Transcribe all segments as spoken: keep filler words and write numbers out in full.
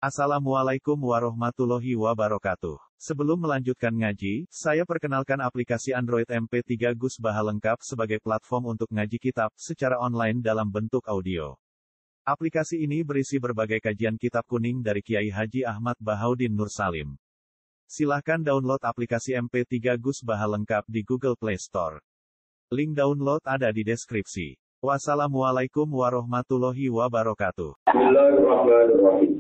Assalamualaikum warahmatullahi wabarakatuh. Sebelum melanjutkan ngaji, saya perkenalkan aplikasi Android M P tiga Gus Baha lengkap sebagai platform untuk ngaji kitab secara online dalam bentuk audio. Aplikasi ini berisi berbagai kajian kitab kuning dari Kiai Haji Ahmad Bahaudin Nur Salim. Silahkan download aplikasi M P tiga Gus Baha lengkap di Google Play Store. Link download ada di deskripsi. Wassalamualaikum warahmatullahi wabarakatuh. Bismillahirrahmanirrahim.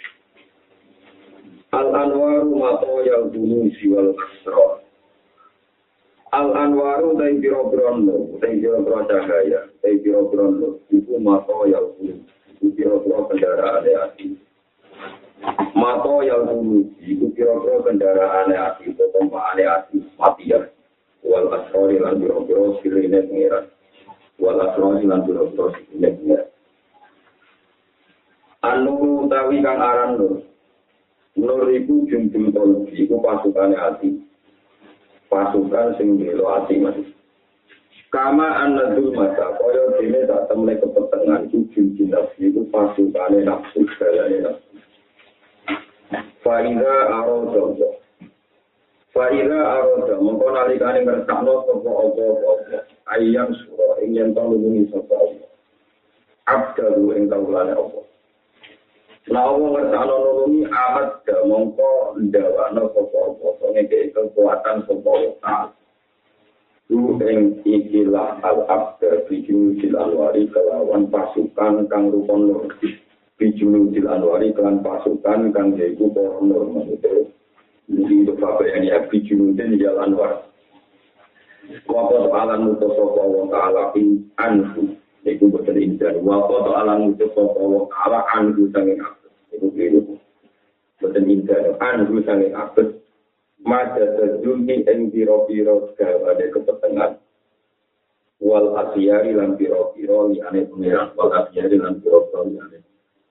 Al-anwaru matoyal dunusi wal asrar. Al-anwaru tay biro-birono, tay biro-biro cahaya, tay biro-birono, itu matoyal dunusi, itu biro-biro kendaraan hati. Matoyal dunusi, itu biro-biro kendaraan hati, potompaan hati, matiah. Wal asrari lan biro-biro sirine pengiran. Wal asrari lan biro-biro sirine pengiran. Anu tawi kang aran nur. Nur iku jumjum tolbi, iku pasukannya hati. Pasukan sing belo hati mas. Kama an-nadul mata, kaya dene tak temne kepetengan, iku jumjum nafsi, iku pasukannya nafsu, segalanya nafsu. Fa'idha aroda. Fa'idha aroda, mengko nalikane ngertakno sapa apa-apa, ayam surah, ingin tolungi sapa Allah. Abdalu ing kawulane Allah. Nah, Allah ngertakno nulungi amat dah mongko ndawakno sapa-apa ngeke kekuatan sapa Allah. Lu ing ikilah al-abda bijunul anwari kelawan pasukan kang rupa nur. Bijunul anwari kelawan pasukan kang yaiku para nur maksudnya. Jadi itu bapak yang bijunul anwar. Waqat alam mutus sapa Allah taala in anfu. Iku boten insan wa qata alam mutus sapa Allah taala anfu sanging itu biru, betul indah. Anu sangat abad, mada terjungi eng biro-biro segala ada kepetengan. Wal asyari lan biro-biro li ane pengiran, wal asyari lan biro-biro li ane.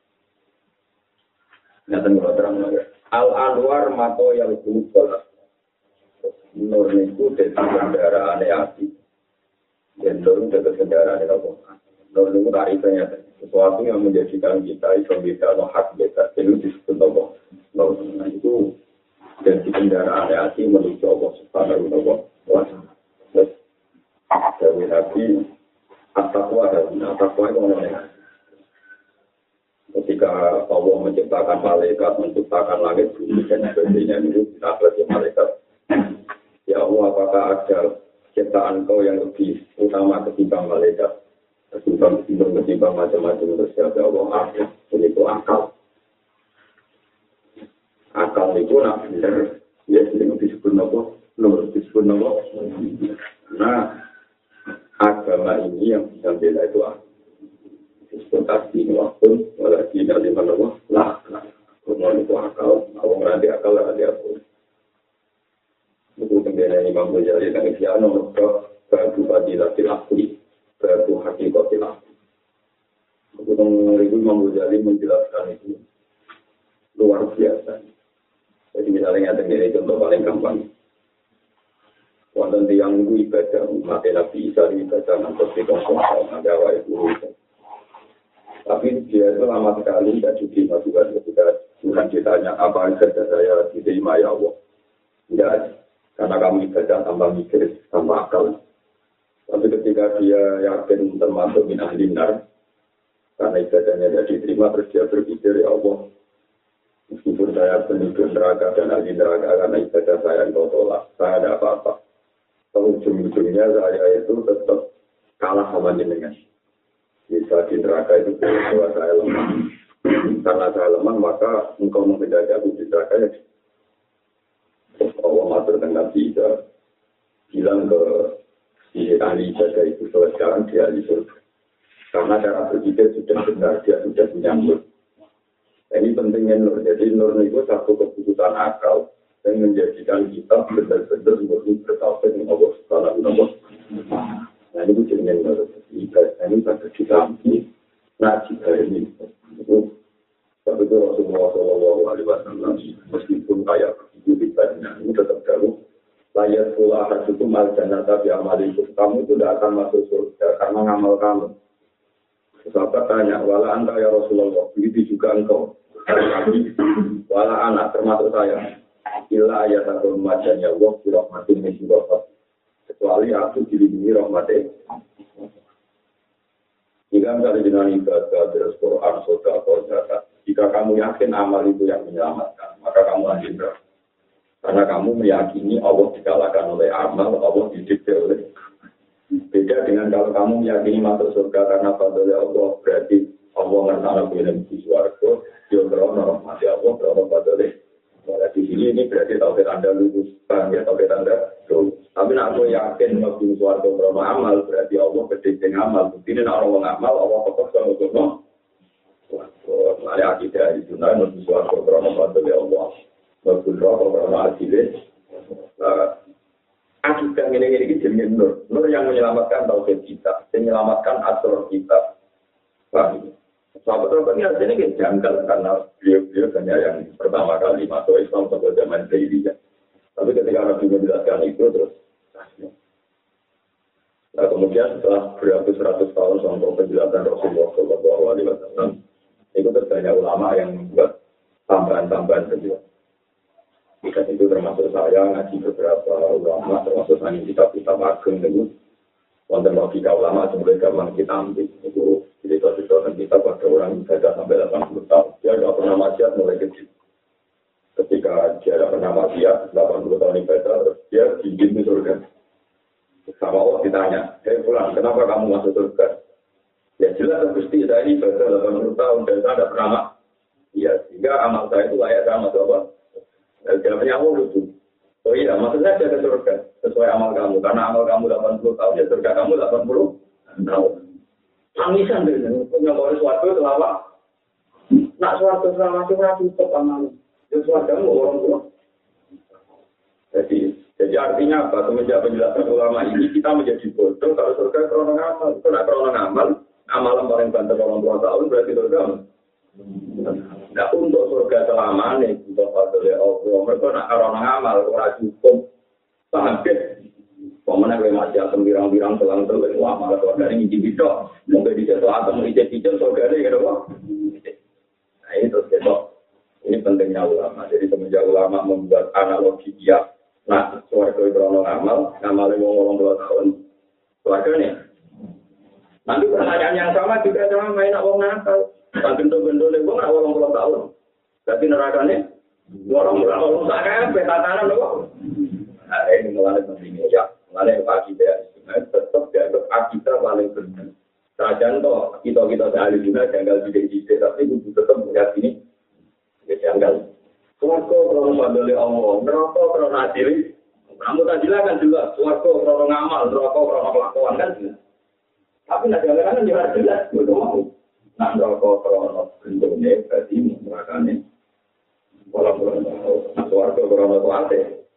Nanti kalau terang lagi. Al anwar mato yang kubal. Nur niku dari kendaraan hati. Dan nur dari kendaraan apa? Nur niku tarifnya. Sesuatu yang menjadikan kita itu beda atau hak beda itu disebut Allah. Nah itu jadi kendaraan hati menuju Allah Subhanahu wa taala. Dari hati at-taqwa dan at-taqwa itu namanya. Ketika Allah menciptakan malaikat, menciptakan langit bumi dan sebagainya itu kita belajar malaikat. Ya Allah, apakah ada ciptaan Kau yang lebih utama ketimbang malaikat? Ketimbang ketimbang macam-macam terus ya Allah akhir itu akal akal itu nak benar ya itu disebut apa nur disebut apa nah agama ini yang bisa bela itu disebut tasbih waktu walaupun dari mana lah kemudian itu akal awang nanti akal nanti aku itu kemudian Imam Ghazali dan Isyano baru fadilah tilakui baru hakikatilah. Kemudian Imam Ghazali menjelaskan itu luar biasa. Jadi misalnya ada ini contoh paling gampang. Wonten tiyang niku ibadah umat Nabi Isa ibadah ngantos pitung tahun ada wae guru. Tapi dia itu lama sekali tidak diterima Tuhan ketika Tuhan ditanya apa ibadah saya diterima ya Allah. Tidak, karena kamu ibadah tanpa mikir, tanpa akal. Tapi ketika dia yakin termasuk min ahli nar, karena ibadahnya tidak diterima, terus dia berpikir, ya Allah, meskipun saya penduduk neraka dan ahli neraka, karena ibadah saya engkau tolak, saya ada apa-apa. Ujung-ujungnya saya itu tetap kalah sama jenengan. Bisa di neraka itu bahwa saya lemah. Karena saya lemah, maka engkau menghindari aku di neraka ya. Allah matur dengan bisa bilang ke si ahli ibadah itu soal sekarang dia ahli surga. Karena cara berpikir sudah benar, dia sudah menyambut. Ini pentingnya nur. Jadi nur itu satu keputusan akal yang menjadikan kita benar-benar murni bertauhid dengan Allah Subhanahu wa taala. Nah ini jenenge nur. Ibadah ini pada ditampi, nah jika ini itu tapi itu Rasulullah Shallallahu Alaihi Wasallam meskipun kayak begitu ibadahnya ini tetap jauh. Layar pula akan cukup al-jannah tapi amal itu kamu itu tidak akan masuk surga karena ngamal kamu. Sahabat tanya, wala anta ya Rasulullah, begitu juga engkau. kami wala anak termasuk saya illa ayat atau macan ya Allah dirahmatin min rahmat kecuali aku dilindungi rahmatnya. Jika kali dengan ibadah terus Quran sedekah zakat, jika kamu yakin amal itu yang menyelamatkan, maka kamu lanjutkan. Karena kamu meyakini Allah dikalahkan oleh amal, Allah didikte oleh. Beda dengan kalau kamu meyakini masuk surga karena fadlnya Allah, berarti Allah ngerti film di suarga, dia berono rahmat Allah, berono fadlnya. Nah, di sini ini berarti tauhid Anda lulus, bang ya tauhid Anda lulus. Tapi nak aku yakin waktu suarga berono amal, berarti Allah berdikte amal. Bukti ini nak orang amal, Allah tetap sama berono. Ada akidah di dunia, waktu suarga berono fadlnya Allah. Waktu rokok berono adilnya. Akidah ini-ini jenis nur. Nur yang menyelamatkan tauhid kita, yang menyelamatkan asrar kita. Paham? Sahabat-sahabat ini artinya kayak janggal karena beliau-beliau hanya yang pertama kali masuk Islam pada zaman jahiliyah. Tapi ketika Nabi menjelaskan itu terus. Nah kemudian setelah beratus-ratus tahun sampai penjelasan Rasulullah Shallallahu Alaihi Wasallam, itu terbanyak ulama yang membuat tambahan-tambahan penjelasan. Dan itu termasuk saya ngaji beberapa ulama, termasuk saya kitab-kitab ageng itu. Wonten logika ulama sebenarnya gampang kita ambil. Itu cerita-cerita kita pada orang ibadah sampai delapan puluh tahun. Dia tidak pernah maksiat mulai kecil. Ketika dia tidak pernah maksiat, delapan puluh tahun ibadah, terus dia diizinkan ke surga. Sama Allah ditanya, hei pulang, kenapa kamu masuk surga? Ya jelas, Gusti, saya ini ibadah delapan puluh tahun dan saya tidak pernah maksiat. Ya, sehingga amal saya itu layak sama apa? Jawabannya Allah lucu. Oh iya, maksudnya dia ke surga sesuai amal kamu. Karena amal kamu delapan puluh tahun, ya surga kamu delapan puluh tahun. Tangisan deh, punya bawa suatu selama. Nak suatu selama cuma cukup amal. Ya surga kamu orang tua. Jadi, jadi artinya apa? Semenjak penjelasan ulama ini kita menjadi bodoh kalau surga krono ngamal. Itu nak krono ngamal, amalan paling banter orang tua tahun berarti surga. Nah untuk surga selamanya untuk fadlnya Allah, mereka nak karena ngamal orang cukup sakit. Pemenang yang masih asam birang-birang selang-selang amal surga ini hijau-hijau, mungkin dijatuh atau hijau-hijau surga ini gitu kok. Nah ini terus besok ini pentingnya ulama. Jadi semenjak ulama membuat analogi dia, nah surga itu krono ngamal, ngamalnya mau orang dua tahun, surga ini. Nanti pertanyaan yang sama juga sama main nak wong nakal. Tak bentuk-bentuk lego nak orang pulau tahun. Tapi nerakane orang pulau orang sakit, petatanan loh. Nah ini mulai pentingnya ya, mulai akidah. Tetap dianggap akidah paling benar. Sajan toh kita kita ahli juga janggal tidak-tidak, tapi itu tetap meyakini janggal. Suwargo krono fadli Allah, neraka krono adili. Kamu tak jelaskan juga, suwargo krono ngamal, neraka krono kelakuan kan jelas. Tapi nak jangan jelas jelas, betul mau. Nak rokok krono bentuknya berarti menggunakannya walaupun nak suarga krono kuate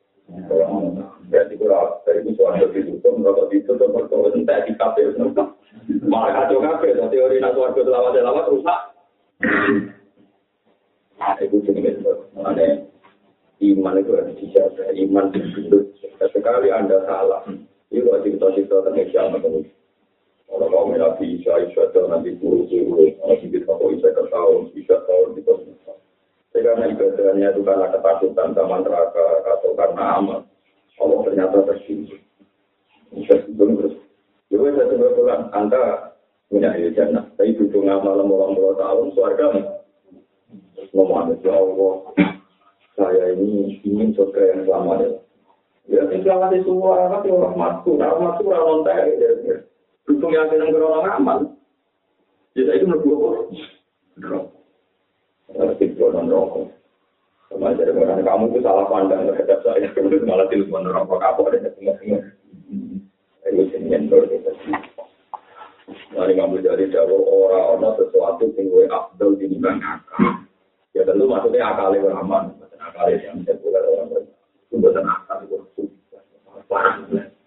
berarti kurang dari itu suarga ditutup rokok ditutup berkata entek di kafe malah kacau kafe teori nak suarga selawat-selawat rusak itu jenis makanya iman itu harus dijaga iman itu sekali anda salah itu cerita-cerita tentang kiamat itu. Kalau kaum Nabi Isa, Isa nanti guru-guru, nanti kita kau Isa tahun, Isa tahun di tahun. Karena ibadahnya itu karena ketakutan sama neraka atau karena amal, Allah ternyata tersinggung. Isa sebelum terus, jadi saya coba pulang, Anda punya jannah, tapi butuh ngamal orang puluh tahun, suarga ngomong ya Allah, saya ini ingin surga yang selamat. Ya, selamat itu semua, tapi rahmatku, rahmatku rahmat saya. Berhubung yang senang berolah amal, jadi itu menurut rokok. Ngerti berolah rokok. Sama dari orang kamu itu salah pandang terhadap saya. Kemudian malah telepon rokok kapok dan tengah-tengah. Itu jenis berbeda. Mari ngambil dari jauh orang-orang sesuatu yang gue abdul di bidang akal. Ya tentu maksudnya akalnya beraman. Akalnya yang bisa bukan orang lain. Itu bukan akal itu. Parah.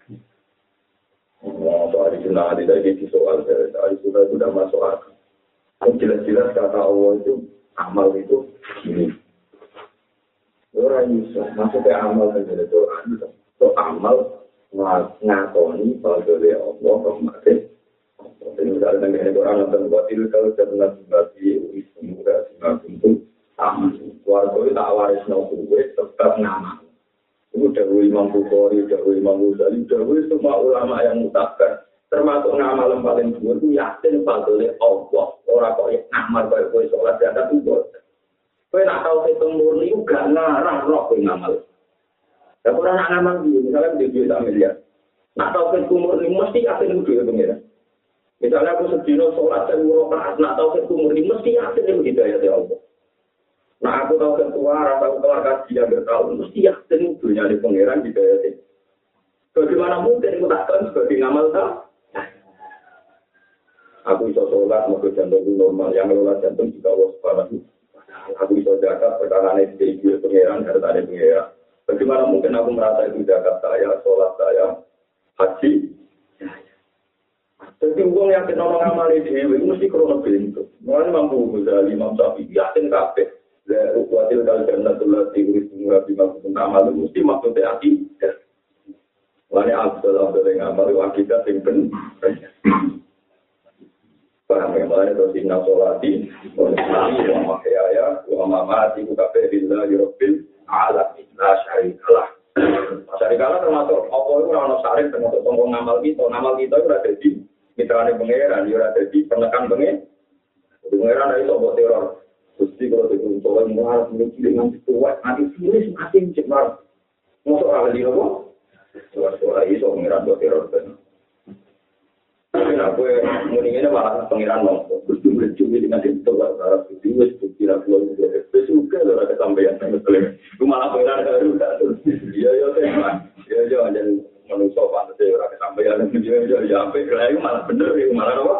Oh, soal itu nanti dari soal dari sudah sudah masuk akal. Jelas-jelas kata Allah itu amal itu ini. Orang Yusuf maksudnya amal menjadi doa. So amal ngakoni bahwa Allah kemarin. Jadi misalnya dengan orang nonton buat itu kalau sudah mengasih bagi istimewa semua bentuk Sama. Keluarga itu tak waris no kuwe sebab nama. Itu dahulu Imam Bukhari, dahulu Imam Ghazali, dahulu semua ulama yang mutakar. Termasuk nama yang paling dua itu yakin fadlile Allah. Orang kok ngamal kaya kowe salat zakat itu. Kowe nak tau hitung murni gak ngarang roh kowe ngamal. Ya ora nak ngamal iki, misalnya di duit sak miliar. Nak tau hitung murni mesti yakin duit pengira. Misalnya aku sedino salat sepuluh rakaat, nak tau hitung murni mesti yakin itu hidayah dari Allah. Nah aku tahu ketua, rasa aku keluar kaji yang bertahun, mesti yakin dunia di pengiran di daya ini. Bagaimana mungkin aku tak tahu sebagai ngamal tak? Aku bisa sholat, mau jantungku normal, yang ngelola jantung juga waspada. Aku bisa zakat, perkara ini di pengiran, harus ada pengiran. Bagaimana mungkin aku merasa itu zakat saya, sholat saya, haji? Jadi uang yakin orang ngamal di dewi, mesti krono bentuk. Mulanya mampu Ghazali, Imam Syafi'i, yakin kabeh. Ya, ukuatil kalau jangan tulah tiuris bunga bima pun amal mesti maksudnya akidah. Lain abdul abdul yang amal itu akidah simpen. Paham ya? Mulai dari inna sholati, wa nuslati, wa mahyaya, wa mamati, wa kafirillah, yurabbil alamin, la syarikalah. Syarikalah termasuk apa itu orang syarif termasuk tombol ngamal kita. Ngamal kita itu ada di mitrane pengeran, ada di penekan pengeran. Pengeran dari sobat teror. Gusti kalau dikunci mual memiliki dengan kuat nanti silis mati cemar. Masuk ahli apa? Soal-soal itu pengiran buat teror kan. Kenapa mendingnya malah pengiran nongko? Gusti mencuri dengan itu cara itu wes kira keluar dari besuka loh ada sampeyan betul. Itu malah pengiran baru dah. Iya iya teman. Iya iya dan manusia pantas orang sampeyan dia dia ya sampai lagi malah bener itu malah apa?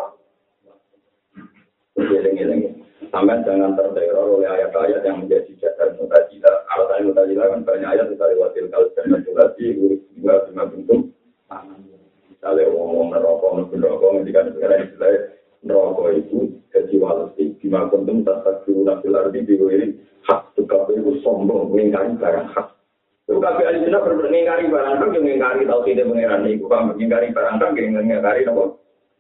Geleng-geleng. Sampai jangan terteror oleh ayat-ayat yang menjadi dasar mutajilah. Alasan mutajilah kan banyak ayat misalnya wasil kalau jangan mutasi, urus juga bima bentuk. Misalnya ngomong nerokok, nerokok, ketika negara istilah nerokok itu jadi walasi. Bima bentuk tak tahu nabil arti biru ini hak tukar itu sombong mengingkari barang hak. Tukar ahli sunnah mengingkari barang hak, yang mengingkari tahu tidak mengenai itu, bukan mengingkari barang hak, yang mengingkari apa?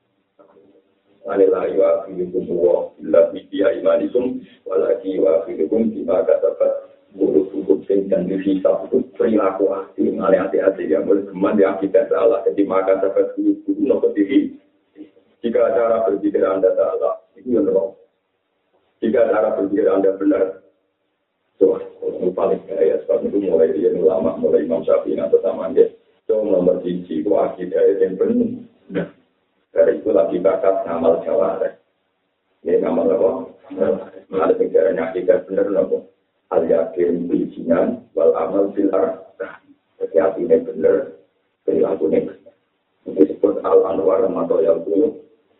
Anilah yuafidukum wa illa biya imanikum walaki yuafidukum bima kasabat buruk hukum sing dan dihisab itu perilaku hati ngale hati-hati yang boleh teman yang kita salah jadi maka dapat hukum nopo diri jika cara berpikir Anda salah itu yang wrong jika cara berpikir Anda benar so itu paling kaya sebab itu mulai dia ulama mulai Imam Syafi'i atau sama dia so nomor siji itu akidah yang benar. Dari itu lagi bakat ngamal jawara. Ini ngamal apa? Ada pikirannya akidah benar nopo. Al yakin bijinan wal amal bil arba. Jadi hatinya benar, perilakunya benar. Ini disebut al anwar atau yang puluh.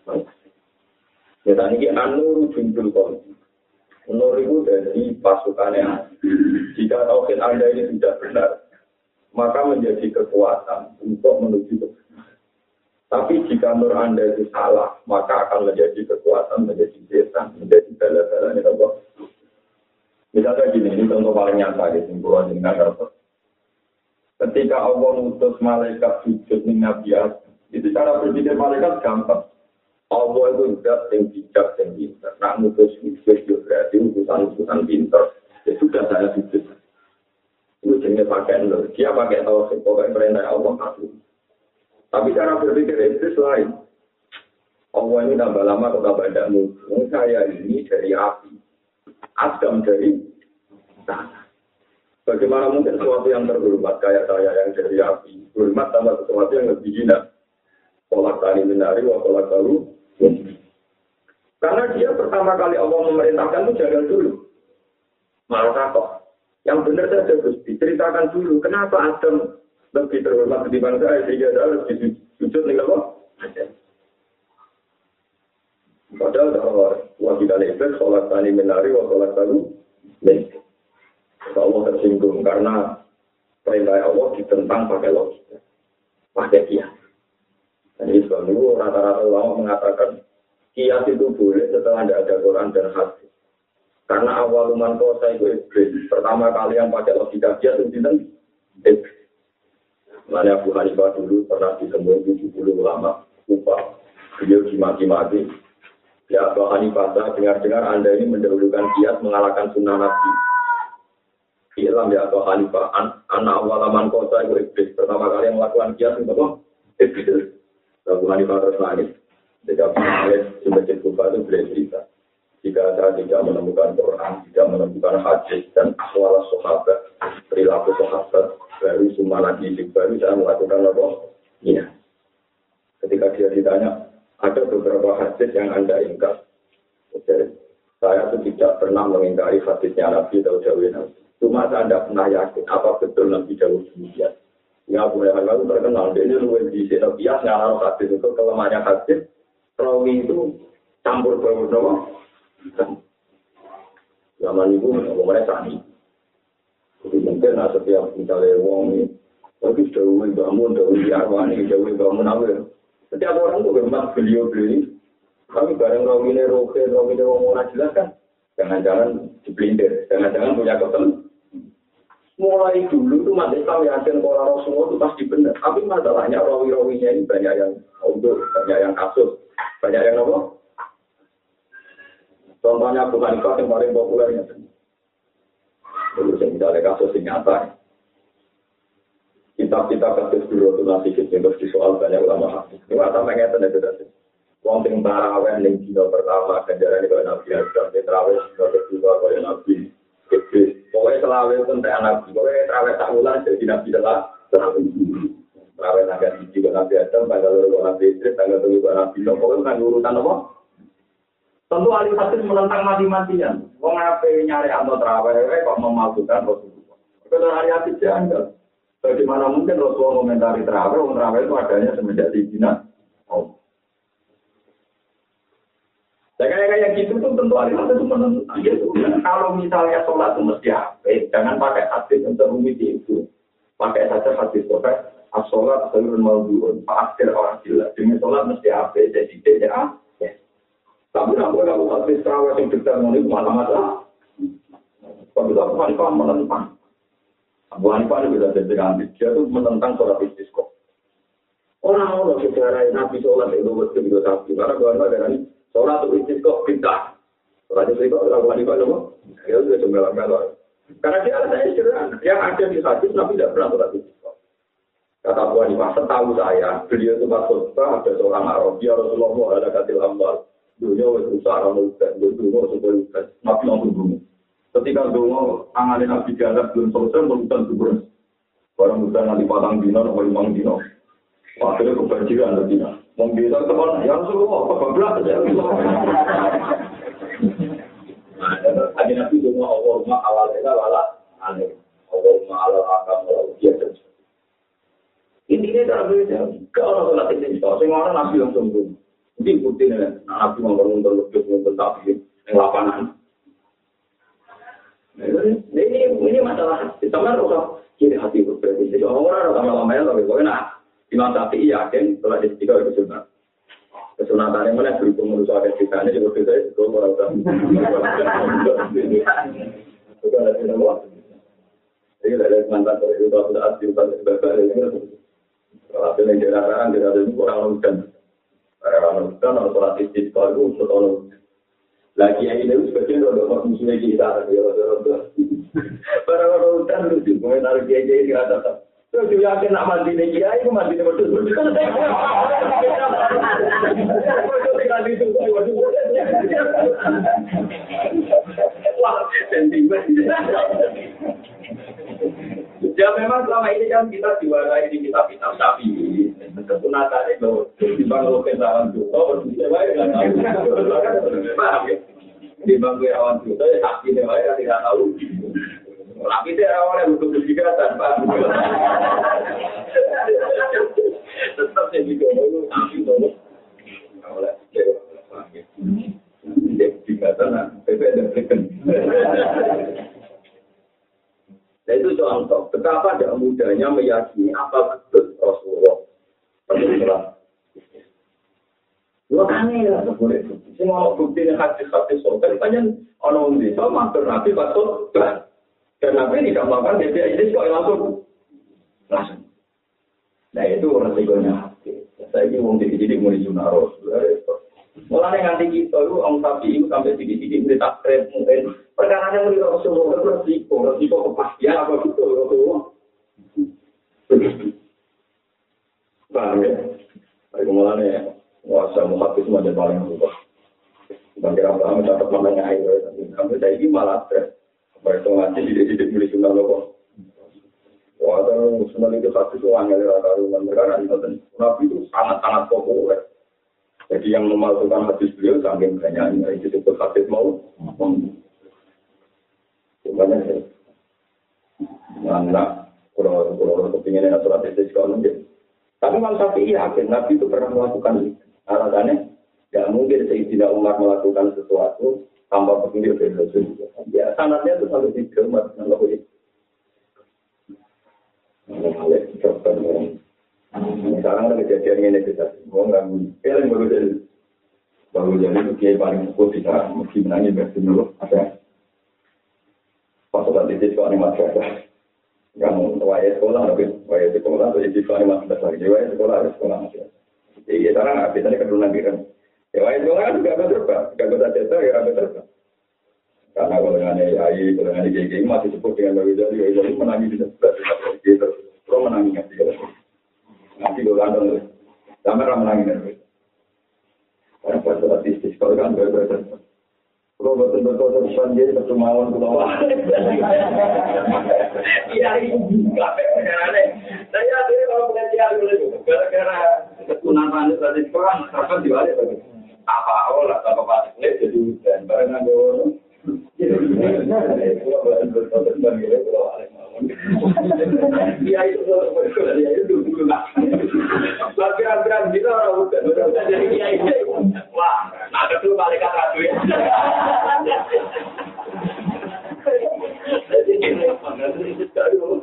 Kita ini anur jumbil kol. Nur itu dari pasukannya. Jika tauhid Anda ini tidak benar, maka menjadi kekuatan untuk menuju ke tapi jika nur Anda itu salah, maka akan menjadi kekuatan, menjadi setan, menjadi bala-balanya Allah. Misalnya gini, ini contoh paling nyata di simpulan dengan apa? Ketika Allah mengutus malaikat sujud di Nabi Adam, itu cara berpikir malaikat gampang. Allah itu sudah yang bijak, yang pintar. Nak mengutus sujud itu berarti utusan-utusan pintar. Ya sudah saya sujud. Itu jenis pakai nur. Dia pakai tahu pokoknya perintah Allah kasih. Tapi cara berpikir iblis lain. Allah ini tambah lama atau tambah tidak mungkin. Saya ini dari api. Adam dari tanah. Bagaimana mungkin sesuatu yang terhormat kayak saya yang dari api. Hormat sama sesuatu yang lebih hina. Kolak tani menari, wa kolak baru. Karena dia pertama kali Allah memerintahkan itu jaga dulu. Malah takut. Yang benar saja terus diceritakan dulu. Kenapa Adam lebih terhormat ketimbang saya sehingga saya harus disujud nih Allah. Padahal kalau wajib alifat sholat tani menari wa sholat baru baik. Allah tersinggung karena perintah Allah ditentang pakai logika, pakai kias. Dan itu dulu rata-rata ulama mengatakan kias itu boleh setelah tidak ada Quran dan hadis. Karena awal man kosa itu iblis. Pertama kali yang pakai logika kias itu iblis. Mana Abu Hanifah dulu pernah ditemui tujuh puluh ulama upah, beliau dimaki-maki. Ya Abu Hanifah, dengar-dengar Anda ini mendahulukan kias mengalahkan sunnah Nabi. Ilham ya Abu Hanifah, An anak awalaman kota itu iblis. Pertama kali yang melakukan kias itu apa? Iblis. Abu Hanifah terus nangis. Tidak boleh di Masjid Kufa itu boleh cerita. Jika saya tidak menemukan Quran, tidak menemukan hadis dan akwal sahabat, perilaku sahabat, baru semua lagi baru saya melakukan apa? Iya. Ketika dia ditanya, ada beberapa hadis yang Anda ingkar. Jadi, saya itu tidak pernah mengingkari hadisnya Nabi atau Jawa Nabi. Cuma saya tidak pernah yakin apa betul Nabi Dawud demikian. Ya boleh kalau terkenal dia ini luwih di sini bias ngarang hadis itu kelemahannya hadis rawi itu campur bau nama. Zaman itu ngomongnya tani. Jadi mungkin nah, setiap misalnya wong ini, tapi jauh bangun, jauh di arwani, jauh bangun awal. Setiap orang itu memang beliau-beliau. Kami bareng rawi ini roke, rawi ini wong orang jelas kan. Jangan-jangan dipelintir, jangan-jangan punya ketemu. Mulai dulu itu umat Islam yakin kalau Rasulullah itu pasti benar. Tapi masalahnya rawi-rawinya ini banyak yang untuk, banyak yang kasus, banyak yang apa? Contohnya Abu Hanifah yang paling populernya. Dulu saya misalnya kasus yang nyata. Kitab-kitab kasus dulu itu masih terus di soal banyak ulama hadis. Ini apa mengenai itu tadi? Wong sing tarawih ning dina pertama ganjaran itu Nabi Adam, tarawih dina kedua kaya Nabi. Iblis, pokoknya selawe pun tak Nabi, pokoknya tarawih tak ulang jadi Nabi telah tarawih. Tarawih tanggal tujuh ke Nabi Adam, tanggal dua ke Nabi Idris, tanggal tujuh ke Nabi Nuh, pokoknya kan urutan apa? Tentu ahli hadis menentang mati-matian. Wong ape nyari anto tarawih kok memalsukan Rasulullah. Kalau ahli hadis jangan. Bagaimana mungkin Rasulullah komentari tarawih, wong tarawih itu adanya semenjak di Cina. Oh. Ya kayak kayak gitu tuh tentu ahli hadis itu menentang. Ya, kalau misalnya sholat itu mesti apa? Jangan pakai hadis yang terumit itu. Pakai saja hadis pakai as-sholat seluruh maudu'un. Akhir orang jelas. Dengan sholat mesti apa? Jadi tidak apa. Tapi aku kalau hadis tarawih yang dekat dengan itu masalah. Tapi Abu Hanifah menentang. Abu Hanifah itu bisa jadi dia itu menentang sholat istisqa. Orang-orang sejarah Nabi sholat itu betul betul sapi. Karena Abu Hanifah ini sholat itu istisqa bid'ah. Sholat istisqa Abu Hanifah itu ya sudah sembilan-sembilan. Karena dia ada sederhana. Yang ada di hadis Nabi tidak pernah sholat istisqa. Kata Abu Hanifah, setahu saya beliau itu pas khutbah ada seorang Arab, ya Rasulullah ada katil amal. Dunia berusaha melakukan, dunia sebenarnya Nabi langsung dulu. Ketika dunia tangan Nabi dianggap belum selesai, melakukan kubur. Barang hutan nanti patang dino, atau limang dino. Akhirnya kebanjiran ada dino. Membela teman, ya Rasulullah, apa berat saja. Tadi Nabi dunia Allahumma awalnya wala aneh. Allahumma ala akam wala biasa. Intinya cara beda. Kalau sholat ini, kalau orang Nabi langsung dulu. Ini buktinya, Nabi mempermuntah lebih tentang yang lapangan. Ini ini masalah. Kita kan harus kiri hati berbeda. Jadi orang orang lama-lama tapi pokoknya Imam Syafi'i yakin setelah istiqomah itu sunat. Kesunatannya mana berhubung menurut ada kita ini juga kita itu orang orang. Bukan ada yang luar. Jadi ada mantan itu kalau sudah asli pada sebab itu. Kalau ada yang jarang tidak ada orang orang. Para manusia orang sholat istisqa itu untuk orang lagi yang ini sebagian orang musuhnya kita ya orang para manusia itu komentar dia jadi kata tu juga yakin nak mandi ni dia itu mandi ni betul betul wah sentimen. Ya memang selama ini kan kita diwarai di kitab-kitab Syafi'i. Kesunatan itu dibangun kesawan juga, dibangun awan juga, ya tapi dia tidak tahu. Tapi dia awalnya untuk berjigatan, Pak. Tetap jadi guru, tapi dulu awalnya dia berjigatan, P P dan Friken. Nah itu contoh betapa tidak mudahnya meyakini apa betul Rasulullah. Pertama, dua kali ya sebenarnya. Semua bukti hadis-hadis soal banyak orang di sana berarti betul kan? Dan Nabi tidak melakukan dia ini kok langsung langsung. Nah itu resikonya. Saya ini mau jadi jadi mau disunah Rasul. Mulane nganti kita itu orang sapi itu sampai sedikit-sedikit berita stres mungkin perkara yang mulai Rasulullah itu resiko, resiko kepastian apa gitu Rasulullah. Paham ya? Baik mulane wasa muhafis macam paling suka. Bagaimana kami dapat namanya air, kami tadi malah stres. Apa itu ngaji di di di sunnah loh. Wah, kalau sunnah itu satu itu angel kalau perkara itu Nabi itu sangat-sangat populer. Jadi yang memasukkan hadis beliau saking banyaknya itu disebut hadis mau. Sebenarnya sih. Nah, kalau kalau kepinginnya surat itu kalau mungkin. Tapi Imam Syafi'i yakin Nabi itu pernah melakukan itu. Alasannya, tidak mungkin Sayyidina Umar melakukan sesuatu tanpa petunjuk dari Rasul. Ya, sanadnya itu sampai di Umar dengan lagu itu. Sekarang ada kejadian ini kita semua nggak mungkin. Yang baru jadi baru jadi itu kiai paling sepuh kita mesti menangis versi dulu. Ada pas saat itu kalau ini masih ada. Kamu wajib sekolah, tapi wajib sekolah atau jadi sekolah masih ada lagi. Wajib sekolah harus sekolah masih ada. Jadi sekarang nggak bisa keturunan kita. Ya wajib sekolah kan juga betul pak. Kalau kita cerita ya betul pak. Karena kalau dengan A I, kalau dengan I G I masih sebut dengan baru jadi, jadi menangis di sebelah kita. Kalau menangis nggak sih? Nanti gue kandung, kamera menangis. Karena pada statistik kalau kan berbeda. Kalau betul-betul terus jadi percumauan pulau. Iya ini kafe beneran. Saya akhirnya kalau pengajian dulu gara-gara ketunanan tadi sekarang kapan diwali bagi apa awal atau apa pasif jadi dan barengan dulu. Iya itu betul ya itu dulu lah. Bergerak-gerak gitu orang udah udah jadi kiai. Wah, ada tuh balik ke ratu ya. Jadi ini mana sih itu?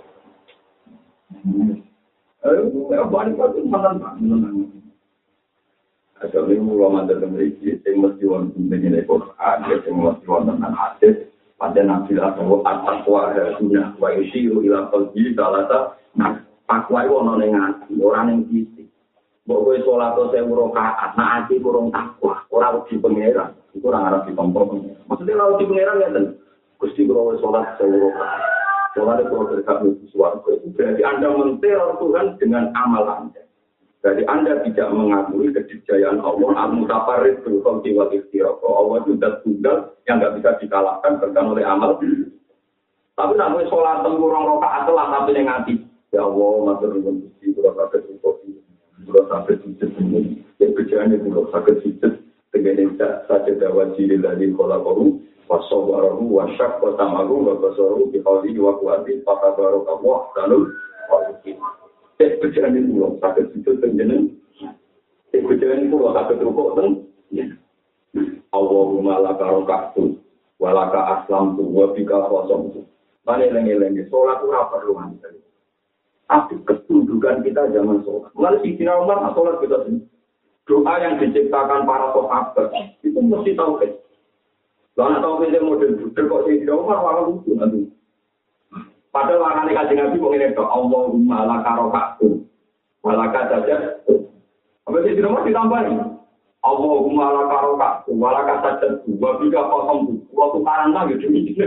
Eh, balik ke mana mana. Asal ini ulama tertentu yang mesti orang mengenai Quran, yang mesti orang tentang hadis, pada nabi atau at-taqwa sunnah wa yushiru ila qalbi salata. Nah, takwa itu ono ning ati, ora ning fisik. Mbok kowe salat sewu rakaat, nah ati kurang takwa, ora wedi pangeran, iku ora arep ditompo. Maksudnya ora wedi pangeran ngeten. Gusti kula wis salat sewu rakaat. Salat itu berkat sesuatu. Berarti Anda menteror Tuhan dengan amal Anda. Jadi Anda tidak mengakui kedikjayaan Allah, al-mutafarrid bil khalqi wal ikhtiraq. Allah itu zat tunggal yang enggak bisa dikalahkan bahkan oleh amal. Tapi nek salat tengkurang rakaat telah tapi ning ati. Ya Allah, matur nuwun Gusti kula saged cukup. Kula saged sujud ini. Ya bejane kula saged sujud dengan saja dawajil dari khalaqahu wa sawwarahu wa syaqqa tamahu wa basaruhu bi qawli wa quwwati fa tabarakallahu tanul khaliqin. Eh, berjalan itu loh, sakit sujud dan jeneng. Eh, berjalan itu loh, sakit rukuk dan jeneng. Allahumma laka rokaktu, walaka aslamtu, wabika khosomtu. Mana lengi-lengi, sholat itu apa perlu nanti. Tapi ketundukan kita zaman sholat. Lalu si Sina Umar, sholat kita sini. Doa yang diciptakan para sahabat, itu mesti tahu kan. Karena tahu kan model budel kok si Sina Umar, walau lucu nanti. Padahal warnanya kajian Nabi mengenai doa Allahumma laka rokaktu walaka sajadtu. Apa sih di nomor ditambahin? Allahumma laka rokaktu walaka sajadtu wabika kosongtu. Waktu karang lagi demi itu.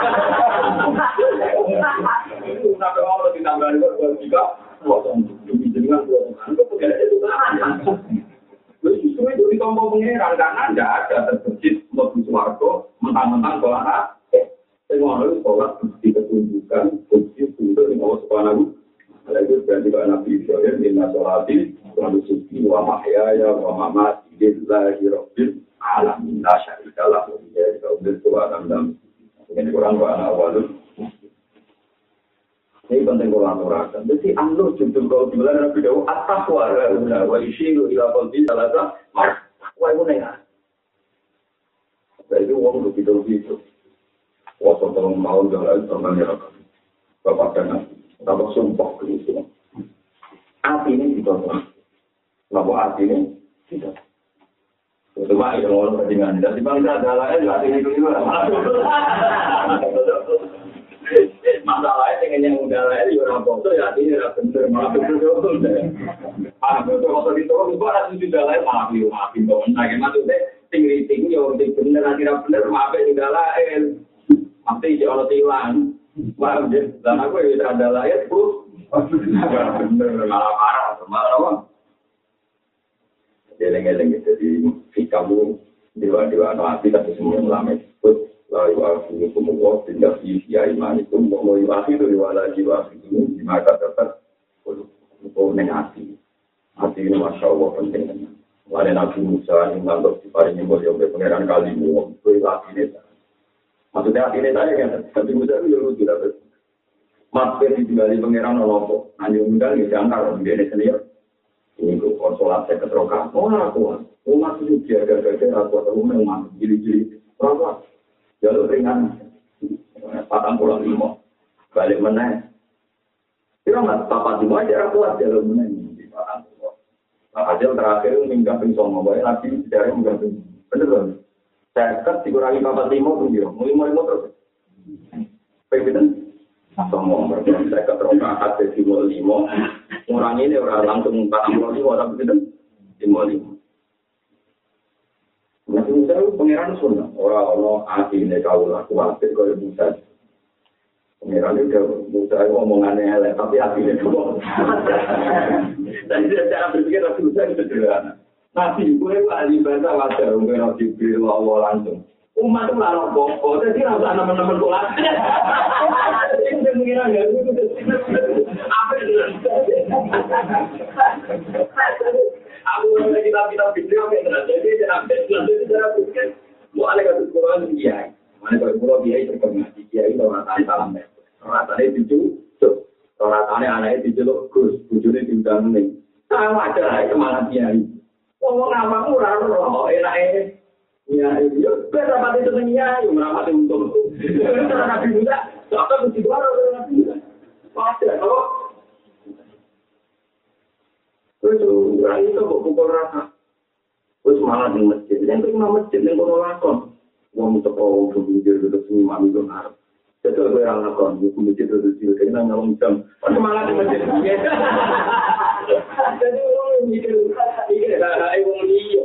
Nabi Allah ditambahin wabika kosongtu. Demi dengan kosongtu. Itu pengen itu kan. Justru itu ditombol pengeran karena tidak ada terbesit untuk suarga mentang-mentang sholat. Semua orang sholat bukti ketundukan, bukti untuk Allah Subhanahu. Itu berarti kalau Nabi Ibrahim inna sholati wa nusuki wa mahyaya wa mamati lillahi rabbil alamin la syarika lahu wa bidzalika umirtu wa ana minal muslimin. Ini Quran wa ana awwalul muslimin. Ini penting Quran urakan. Jadi Allah judul kau bilang Nabi Dawud at-taqwa wa yushiru ila qalbi salasa mar. Wah itu nih. Jadi uang begitu begitu. Waktu tahun tahun jalan sama nyerap bapak dan bapak sumpah itu. Hati ini ditolong. Bapak hati ini tidak. Itu mah yang orang ketinggalan. Dari bangsa adalah hati ini juga. Masalahnya dengan yang udah lain orang bangsa ya hati ini tidak benar malah betul. Wah, kalau waktu itu itu ada sudah lain maaf yo maaf itu. Nah, maksudnya tinggi tinggi yo tinggi bener nanti bener maaf sudah lain. Mati kalau tilang. Wah, dan aku itu ada lain pun. Bener malah parah, malah apa? Jeleng-jeleng jadi fikamu dewa-dewa nanti tapi semua ulama itu lalu aku semua tidak sia iman itu mau ibadah itu wala jiwa itu di mata tetap untuk negasi hati ini masya Allah penting wala nabi Musa yang ngantuk di paling mulia oleh pangeran kalimu itu hati ini maksudnya hati ini saya kan tapi Musa itu dulu tidak ber materi ditinggali pangeran Allah hanya mudah diangkat di ini sendiri ini kok konsolat saya keterokan oh aku oh masih juga gara-gara aku tahu memang jili-jili berapa jalur ringan patang pulang lima balik meneng kira nggak papat lima aja kuat jalur meneng di patang pulang hasil terakhir minggat pingsong ngomongnya lagi sejarah minggat bener kan saya ket dikurangi papat lima tuh dia mau lima lima terus pengen ngomong berarti saya keterokan dari lima lima orang ini orang langsung patang pulang lima tapi tidak lima lima. Nah, Musa itu pengiran sunnah. Orang-orang hati ini kau laku hati kau yang Musa. Pengiran itu Musa itu omongannya elek, tapi hati ini kau. Dan cara berpikir Nabi Musa itu sederhana. Nabi gue ahli bahasa wajar, gue Nabi Jibril Allah langsung. Umat itu larang pokok, jadi rasa teman-teman sholat. Ini pengiran ya, itu apa itu? Aku mulai kita-kita video yang jadi saya update nanti saya pikir mau ada kasus Quran kiai mana kalau pulau kiai terkonfirmasi kiai orang tanya salam deh orang tanya itu tuh orang tanya anaknya itu loh Gus bujurnya diundang nih sama aja semangat kiai ngomong apa murah loh enaknya ya itu berapa itu punya yang berapa itu untung karena nabi muda apa mesti dua orang nabi muda pasti kalau terus orang itu kok pukul rata. Terus malah di masjid. Yang kelima masjid, yang kono lakon. Wong itu kok berpikir duduk sini, mami itu ngarep. Jadi aku yang lakon, aku masjid duduk sini, kayaknya ngomong jam. Terus malah di masjid. Jadi orang mikir, mikir, ayo ngomong iya.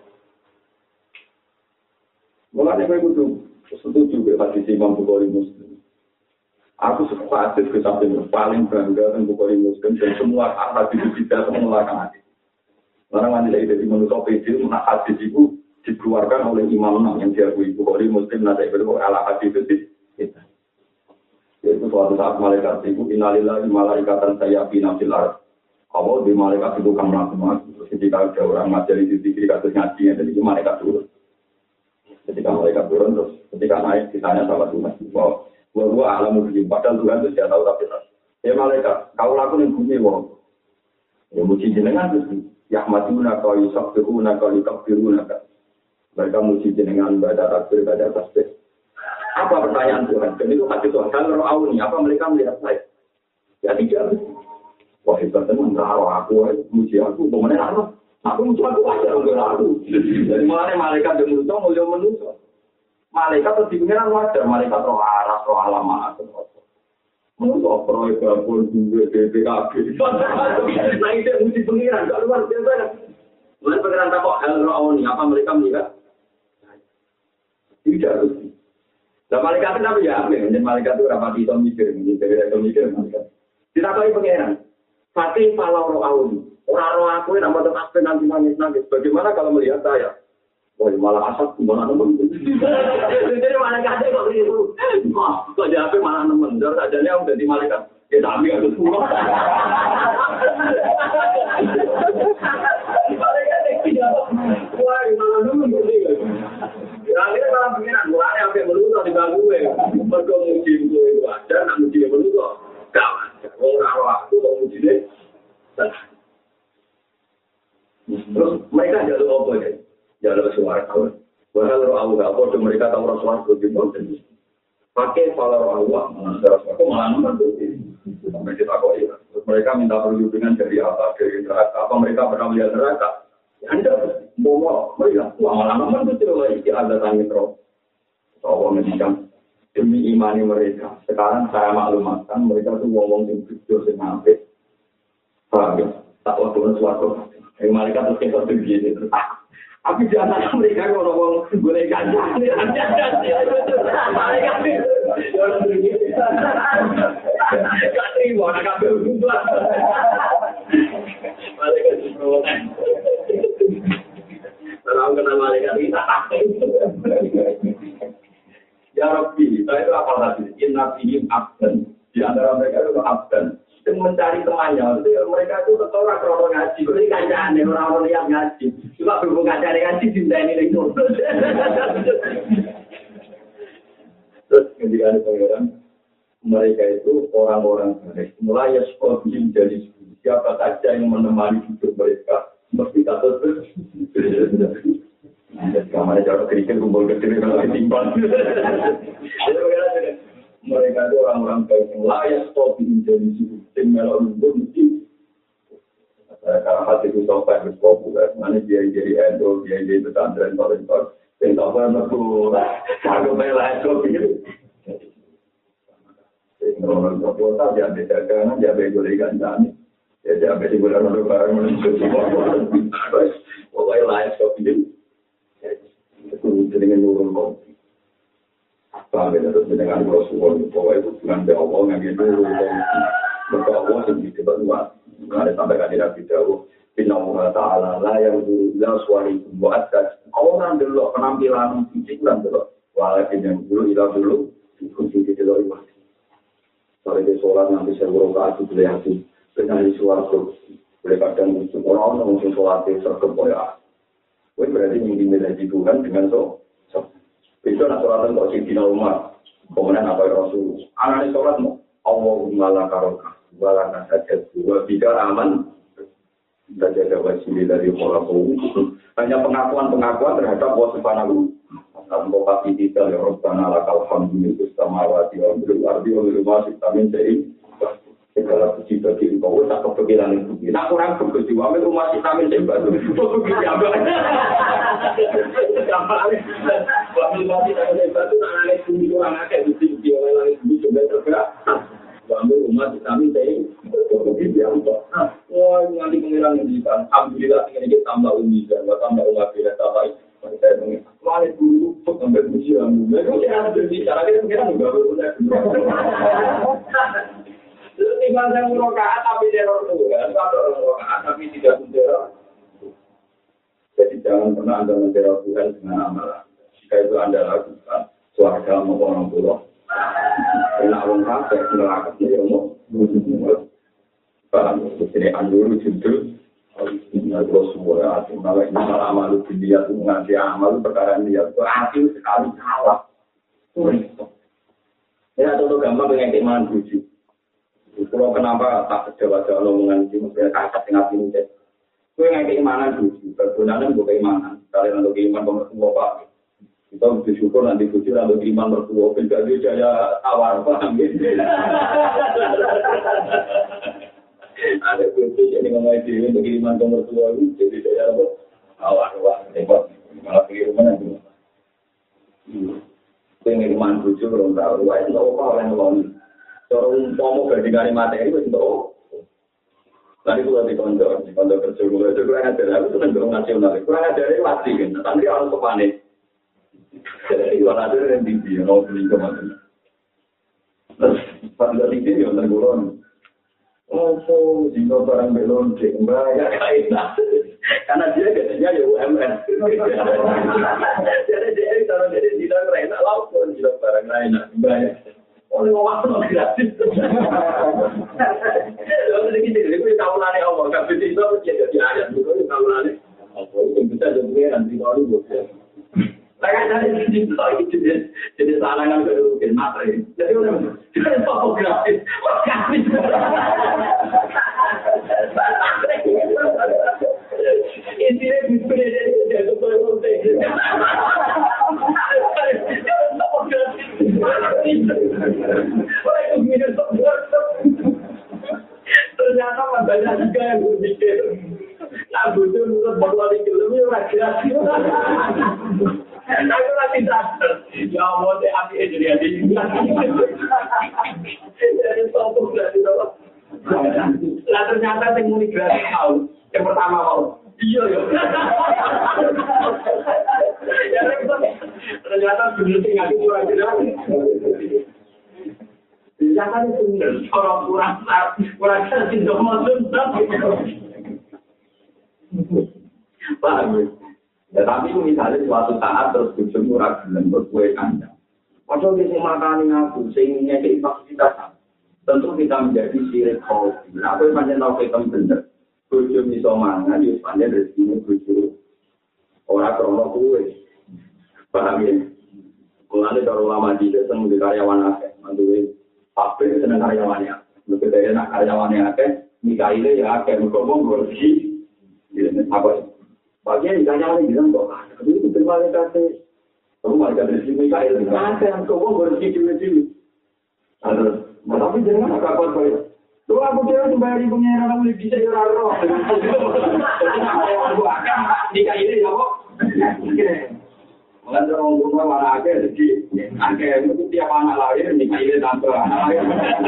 Mulanya aku itu setuju hadis Imam Bukhari Muslim. Aku suka hadis ke samping paling bangga dengan Bukhari Muslim dan semua hadis itu tidak mengeluarkan hadis. Orang wanita itu dari manusia pede, mana hadis itu dikeluarkan oleh Imam Enam yang diakui Bukhari Muslim nanti itu ala hadis itu kita. Yaitu suatu saat malaikat itu innalillahi malaikatan sayyafi nafsil ardh. Kalau di malaikat itu kan langsung ketika ada orang ngajari di sini kasus ngajinya jadi malaikat turun. Ketika malaikat turun terus ketika naik ditanya sama Tuhan, wow. Bahwa alam mujib, padahal Tuhan itu tidak tahu tapi tak. Ya malaikat, kau lakukan bumi wong. Ya muji jenengan itu. Ya maduna kau yusuf beruna kau yukab beruna kan. Mereka muji jenengan baca takbir baca tasbih. Apa pertanyaan Tuhan? Dan itu hati Tuhan. Kalau awuni, apa mereka melihat saya? Ya tidak. Wah hebat teman, taruh aku, muji aku, bagaimana aku? Aku muji aku aja, enggak aku. Jadi mana malaikat yang menusuk, mulia menusuk. Malaikat itu dipengeran wajar, malaikat roh aras, roh alamat. Menurut proyek pun juga B P K B. Nah itu yang mesti pengiran, kalau luar biasa. Mulai pengiran tak kok hal roh ini, apa mereka melihat? Tidak harus. Nah malaikat itu apa ya? Dan malaikat itu rapat itu mikir, mikir itu mikir malaikat. Tidak tahu pengiran. Fatih falau roh awal. Orang roh aku yang nama tetap nanti nangis nangis. Bagaimana kalau melihat saya? Wah, malah asap gimana nemen. Jadi malaikat itu kok begitu. Wah, kok jadi malah nemen. Jadi adanya udah di malaikat. Ya tapi harus pulang. Malaikat itu wah, malah nemen gitu. Ya akhirnya malah pengiran. Mulanya sampai melutok di bangku gue. Mereka muji gue itu ada, nak muji dia melutok. Gawat. Orang aku mau muji deh. Terus mereka jalur apa ya? Jalur suara kawan. Bahkan roh Allah apa? Mereka tahu roh suara begitu. Pakai kalau roh Allah, malah suara malah nomor tuh. Sampai kita kok ya. Mereka minta perlindungan dari apa? Dari neraka. Apa mereka pernah melihat neraka? Ya anda mau mereka malah nomor tuh lagi ada tanggung roh. Allah menjadikan demi imani mereka. Sekarang saya maklumatkan mereka tuh ngomong yang jujur dengan apa? Paham ya? Tak waktu suatu. Yang malaikat terus kita begini terus. Tapi di antara mereka orang-orang boleh gajah. Malaikat itu. Gak terima, nak kabel berubah. Malaikat itu. Kalau kenal malaikat kita ya Rabbi, saya itu apa tadi? Inna fihim abdan. Di antara mereka itu abdan. Yang mencari temannya, mereka itu orang krono ngaji. Ini kancaan orang-orang yang ngaji. Cuma berhubung ngaji ngaji cinta ini itu. Terus ketika ada pangeran, mereka itu orang-orang baik. Mulai ya sekolah jadi siapa saja yang menemani hidup mereka. Mesti kata terus. Kamarnya cara kerikil kumpul kecil kalau ditimbang. Mereka itu orang-orang baik yang layak stop menjadi sibuk. Tim melon itu mesti. Karena hati itu sampai berpopuler. Mana dia jadi endo, dia jadi pesantren, komentar. Yang tak pernah berkulah. Kalau melah itu begitu. Orang berpuasa, dia ambil dagangan, dia ambil golekan jani. Dia ambil di bulan lalu barang menuju semua. Pokoknya layak stop begitu. Itu dengan nurul kopi. Sampai terus dengan Rasulullah, bahwa itu bukan Allah yang itu nurul kopi. Maka Allah sendiri kebetulan. Ada sampai kandidat di Dawu. Inna Allah Ta'ala la yang dulu la suarikum wa atas. Orang dulu penampilan fisik dan dulu. Walaupun yang dulu ilah dulu. Dikunci di dalam ilah. Soalnya sholat nanti saya berobat itu boleh hati. Dengan suaraku. Boleh kadang orang-orang mungkin sholatnya serkepoya. Itu berarti mengintimidasi Tuhan dengan so. so. Itu nak sholat untuk Sidina Umar. Kemudian apa Rasul? Anak sholat mau. Allahumma la karoka. Walana sajad. Wa bika aman. Sajad wajib dari kholaku. Hanya pengakuan-pengakuan terhadap Allah Subhanahu. Tanpa kasih kita ya Rabbana lakal hamdulillah samawati wal ardi wal masih tamin sei. Segala puji bagi engkau, tak kepikiran itu. Nak kurang begitu, ambil rumah kita minta batu. Begitu apa? Gampang. Ambil rumah kita minta batu, nak naik bumi orang akeh bukti bukti orang lain bumi coba tergerak. Ambil rumah kita minta begitu apa? Wah, nanti pengiran yang dikan. Alhamdulillah ini kita tambah umi dan tambah umat kita tambah. Saya pengen. Mari dulu sampai puji kamu. Lalu saya harus berbicara kita pengiran juga berulang. Tinggal saya murokaat tapi teror Tuhan, kalau murokaat tapi tidak teror. Jadi jangan pernah Anda menteror Tuhan dengan amalan. Jika itu Anda lakukan, suarga maupun orang tua. Karena orang kafir neraka dia mau. Paham? Ini andul judul. Inna Rasulullah Asim Malah ini malah amalu dia itu mengasih amal perkara dia itu asim sekali salah. Ya contoh gampang dengan keimanan bujuk. Kalau kenapa tak sejauh-jauh omongan ini, maksudnya kakak tinggal ini deh. Itu yang keimanan dulu, bergunakan untuk keimanan. Kalian untuk keimanan bertua Pak. Kita bersyukur nanti bujur untuk keimanan bertua. Beda dia jaya tawar, paham gitu. Ada bujur yang ngomongin diri untuk keimanan bertua itu, jadi jaya apa? Tawar, wah, hebat. Malah kiri mana itu. Itu yang keimanan bujur, orang tahu, wah, itu apa yang ngomongin. Orang mau berdikari materi itu untuk nanti kalau di kantor, di kantor kerja gue itu kurang ada, aku senang dong nasional, kurang ada dari wasi kan, tapi orang kepanik. Jadi orang ada yang tinggi, mau beli kemana? Terus pada tinggi dia orang golon. Oh, so jika barang belon cek banyak kaitan, karena dia gajinya ya U M R. Jadi dia kalau jadi tidak enak langsung jika barang lain banyak. Oleh waktu gratis. Lalu lagi jadi kita tahu nane Allah, tapi itu jadi ayat itu tahu nane. Apa itu bisa jadi nanti kalau bukan. Saya dari situ lagi jadi jadi sarangan ke mungkin materi. Jadi orang jadi apa gratis? Gratis. Ini bisa jadi jadi betul betul. Ternyata banyak juga yang berpikir nah butuh untuk berlari ke lebih lagi-lagi aku lagi sadar ya Allah saya hati jadi hati jadi sopuk dari Allah Lah ternyata sing muni gratis tahu. Yang pertama mau. Iya ya. Ya repot. Ternyata bener sing ngaku murah gratis. Ternyata itu bener orang kurang kurang sih domon paham ya? Ya tapi misalnya suatu saat terus bujuk murah gelem berkue kandang. Padahal dia makan aku, sehingga kita fasilitas. Tentu kita menjadi sirik hobi. Nah, aku yang panjang tahu kita bener. Bujuk bisa mangan, dia panjang dari sini bujuk. Orang krono kue. Paham ya? Mulanya kalau lama di desa, di karyawan akeh. Mantuin pabrik, senang karyawannya. Lebih dari enak karyawannya akeh, nikahinnya ya akeh. Ngomong bersih. Apa sih? Bagian ditanya lagi bilang kok, itu terima kasih. Kamu malaikat dari sini kail, ada yang kamu bersih dulu. Ada, tapi jangan agak kuat bayar. Tuh aku kira sembayari pengeran kamu lebih bisa jual roh. Jadi apa yang aku akan nikah ini ya kok? Malah orang rumah mana ada jadi, ada itu tiap anak lahir nikah ini tanpa anak lahir.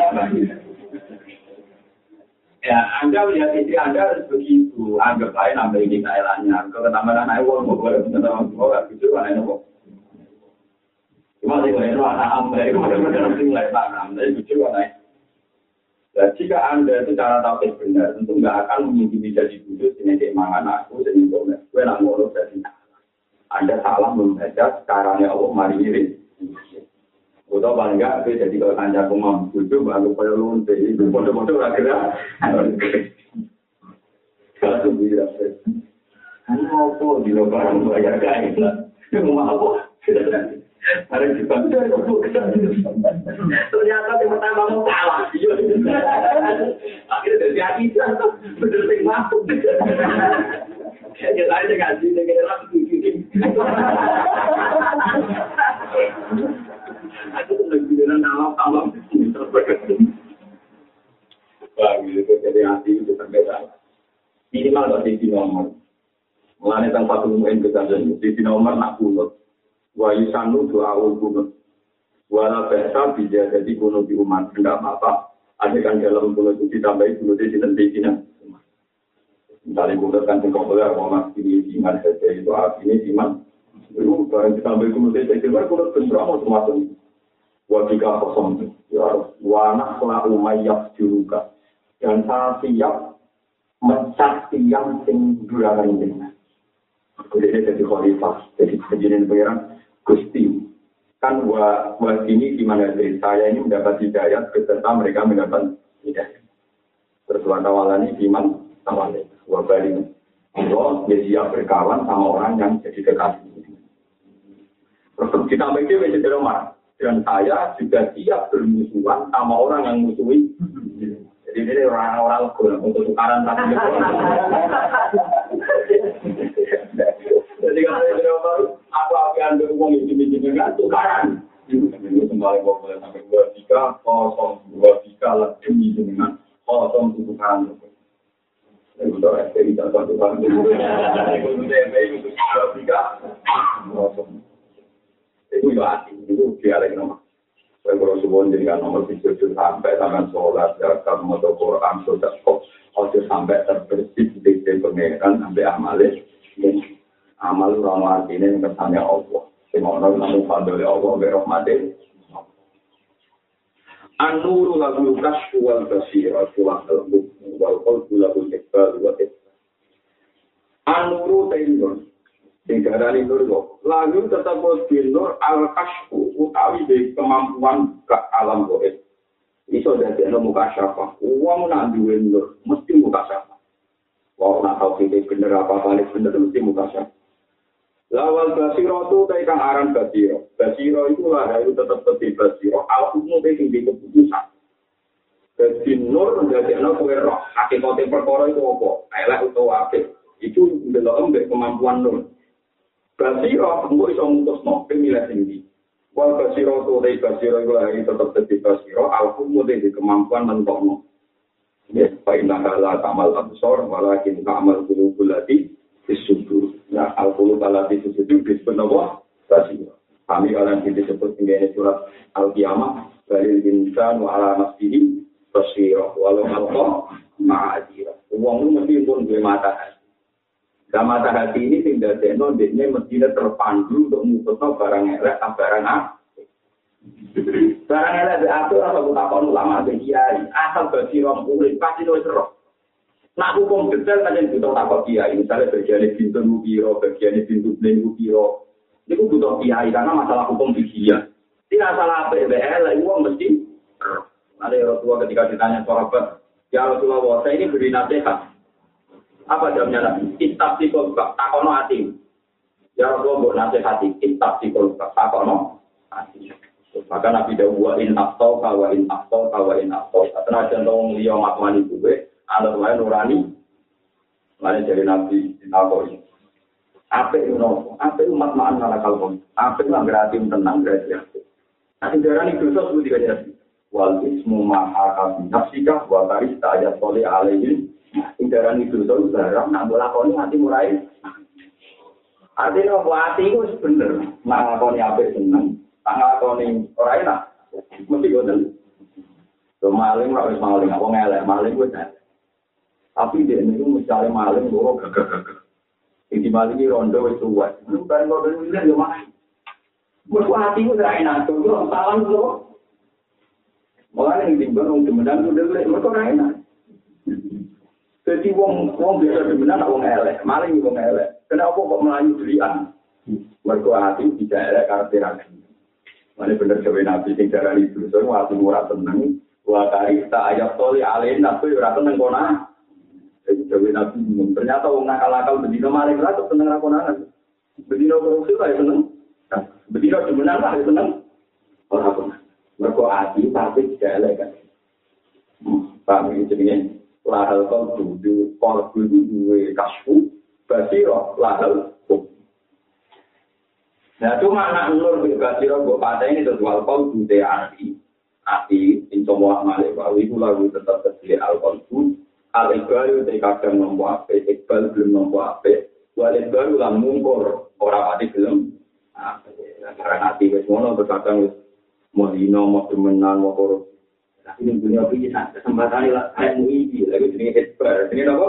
Ya, Anda melihat istri Anda harus begitu. Anggap lain nambah ini kailannya. Kalau ketambahan anak uang, mau boleh menentang orang gitu, mana ini kok? Cuma sih kalau itu anak Anda itu benar-benar sing lain anak Anda itu juga naik. Dan jika Anda itu cara tahu benar, tentu nggak akan mengintimidasi wujud ini kayak mangan aku, jadi boleh. Gue nak ngurus dari Anda salah membaca caranya Allah mari iring. Udah paling enggak, jadi kalau tanya aku mau bujuk, aku pada lunte, itu bodoh-bodoh akhirnya. Satu bila saya, ini apa di lebaran bayar kain? Ini mau apa? Ada di bangsa, ternyata yang pertama mau kalah. Akhirnya dari hati itu, bener-bener masuk. Kayak aja kasih, kayak langsung bikin. Aku lebih dengan alam-alam bagi itu jadi hati itu berbeda. Minimal dari di nomor. Mulanya tentang satu mungkin kejadian di nomor nak kunut. Wayusanu doa kunut. Walau biasa bisa jadi kunut di umat tidak apa-apa. Ada kan dalam kunut itu ditambahi kunut di tentunya. Misalnya kunut kan singkopnya mau ini iman saja itu artinya iman. Itu barang ditambahi kunut saya kira kunut besar macam-macam. Wajika kosong, ya, wanah lalu mayak juga, dan saya siap mencat tiang sing durakan ini. Kemudian jadi khalifah, jadi kejadian pengiran Gusti. Kan wa wa ini gimana dari saya ini mendapat hidayah, beserta mereka mendapat hidayah. Bersuara awalnya iman awalnya, wa balik. Allah dia siap berkawan sama orang yang jadi kekasih. Terus kita bagi menjadi rumah. Dan saya juga siap bermusuhan sama orang yang musuhi. Jadi ini orang-orang untuk tukaran tapi jadi kalau ada baru apa akan berhubung itu dengan tukaran. Itu kembali boleh sampai dua tiga kosong dua tiga lebih dengan kosong tukaran. Itu sudah jadi satu tukaran. Itu sudah baik untuk dua tiga kosong. Itu ya hati, itu dia lagi nomor. Saya kalau subuh dengan nomor tujuh sampai tangan sholat, zakat, motor Quran, sudah kok, harus sampai terbersih di pengeran sampai amalis. Amal orang artinya yang kesannya Allah. Semua orang namun fadli Allah berahmatin. An-nuru lagu kasyu wal basirah wal qalbu wal qalbu lagu iqbal wa it. An-nuru tayyibun. Sehingga dari nur lalu tetap binur al-kashfu utawi dari kemampuan ke alam goib. Iso dari ilmu mukasyafah. Uang nak duwe nur mesti mukasyafah. Wong nak tahu kita bener apa balik bener mesti mukasyafah. Lawal basiro itu kayak kang aran basiro. Basiro itu lah itu tetap seperti basiro. Al-hukmu itu tinggi keputusan. Jadi nur menjadi anak kue roh. Hakikatnya perkara itu apa? Elek atau apik. Itu dalam kemampuan nur. Basiro, engkau bisa mutusno, pemilih tinggi. Wal basiro itu dari basiro itu lagi tetap jadi basiro, al-hukum dari kemampuan mentokno. Ya, fa'inna kala kamal absor, walakin kamal kulu kulati disudur. Ya, al-kulu kulati disudur disebut apa? Basiro. Kami kalian disebut ini surat Al-Qiyamah, balil insan wa ala nafsihi basiro. Walau al-qam, ma'adira. Wong itu mesti pun duwe mata hati. Nah, mata hati ini sing dadekno dekne mesti terpandu untuk muputno barang elek barang apa. Barang elek diatur apa takon ulama kiai, asal bagi wong urip pasti wis roh. Nah hukum detail kan yang butuh takut kiai, misalnya bagian pintu biro, bagian pintu blengu biro, itu butuh kiai karena masalah hukum fikih. Tidak salah P B L, uang mesti. Ada Rasulullah ketika ditanya sahabat, ya Rasulullah, saya ini beri nasihat. Apa jawabnya? Istab sikolka, takono hati. Ya Rasulullah, buat nasihati, istab sikolka, takono hati. Maka Nabi Dawud in aftau, kawa in aftau, kawa in aftau. Karena contoh liya matmani gue. Alat lain nurani, lain dari Nabi Nabi. Apa itu nopo? Apa itu umat maan ala kalbon? Apa itu anggratim tenang gratis? Nanti darah ini dosa sebut tiga jelas. Wal ismu maha kabi nafsika wa karista ayat soleh alaihin. Nanti darah ini dosa darah nak bolakoni hati murai. Artinya hati itu bener. Nak lakoni apa senang, nak lakoni orang enak. Mesti goten. So maling rawis maling, apa ngelak maling gue tak. Tapi dia ini misalnya maling, gue gagah-gagah. Ini maling ini rondo itu buat. Lu kan rondo itu dia maling. Buat hati gue tak enak. Itu salam itu. Malah yang timbang orang demenan itu dia mereka tak enak. Jadi wong wong biasa demenan wong elek, maling wong elek. Kenapa kok melayu durian? Mereka hati tidak elek karakter. Mana bener jawa Nabi sing darah itu, so hati murah tenang. Wa karista ayat toli alain nabi ora tenang kona. Jawa Nabi ternyata wong nakal-nakal bedino maling ra kok seneng ra konangan. Bedino korupsi ra seneng. Bedino demenan ra seneng. Ora konangan. Mergo ati tapi tidak elek kan. Paham iki jenenge lahal kalbu du kalbu duwe kasfu basira lahal. Nah cuma anak nur basira mbok pateni terus wal kalbu te ati. Ati intomo amale wae iku lagu tetap kecil al kalbu. Al-Iqbal itu kadang nombor ape, Iqbal belum nombor ape, Wal-Iqbal ulang mungkur, orang mati belum karena hati semua berkadang mau dino, mau demenan, mau korup tapi ini punya bisa, kesempatan ini lah saya muiji, lagi jenis Iqbal ini apa?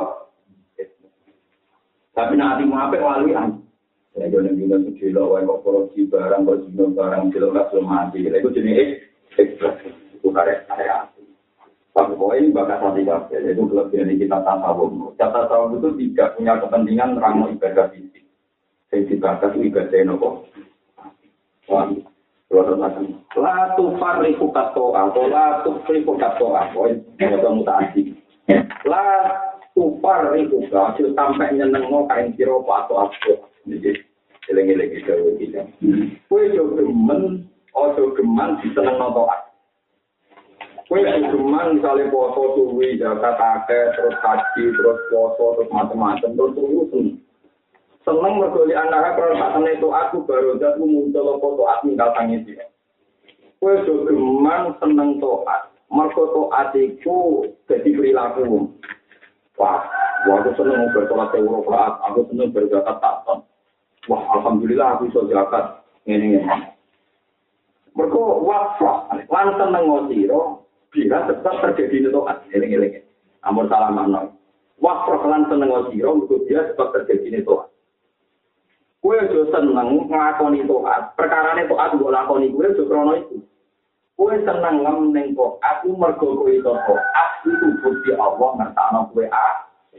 Tapi nanti mau ape walian saya jangan bilang sejilo, mau korupsi barang, mau dino barang, jilo kasih mati lagi jenis Iqbal itu karya-karya Tapi ini bakat hati kafir, yaitu kelebihan kita tasawuf. Kita tasawuf itu tidak punya kepentingan ramu ibadah fisik. Yang dibakas ibadah nopo. Wah, luar biasa. La tufarriqu katoa, atau la tufriqu katoa. Poin yang kamu taati. La tufarriqu hasil sampai nyenengno kain sira atau apa. Jadi, eleng-eleng itu kita. Kowe yo gemen, ojo geman disenengno toat. Kue cuma misalnya poso suwi, jaga kakek, terus haji, terus poso, terus macam-macam, terus terus seneng mergoli anak kalau saat itu aku baru jatuh muncul foto aku nggak tanya dia. Kue cuma seneng toat, mergo toat itu jadi perilaku. Wah, aku seneng bertolat Eropa, aku seneng berzakat takton. Wah, alhamdulillah aku bisa zakat ini ini. Mergo wafah, lan seneng ngosiro. Bila tetap terjadi netoat, eling-eling. Amun salah makna. Wah, perkelan seneng sira, mergo dia tetap terjadi netoat. Kowe aja seneng nglakoni toat. Perkarane toat mbok lakoni kowe aja krana iku. Kowe seneng ning toat, mergo kowe iso toat, itu bukti Allah ngertakno kowe ah.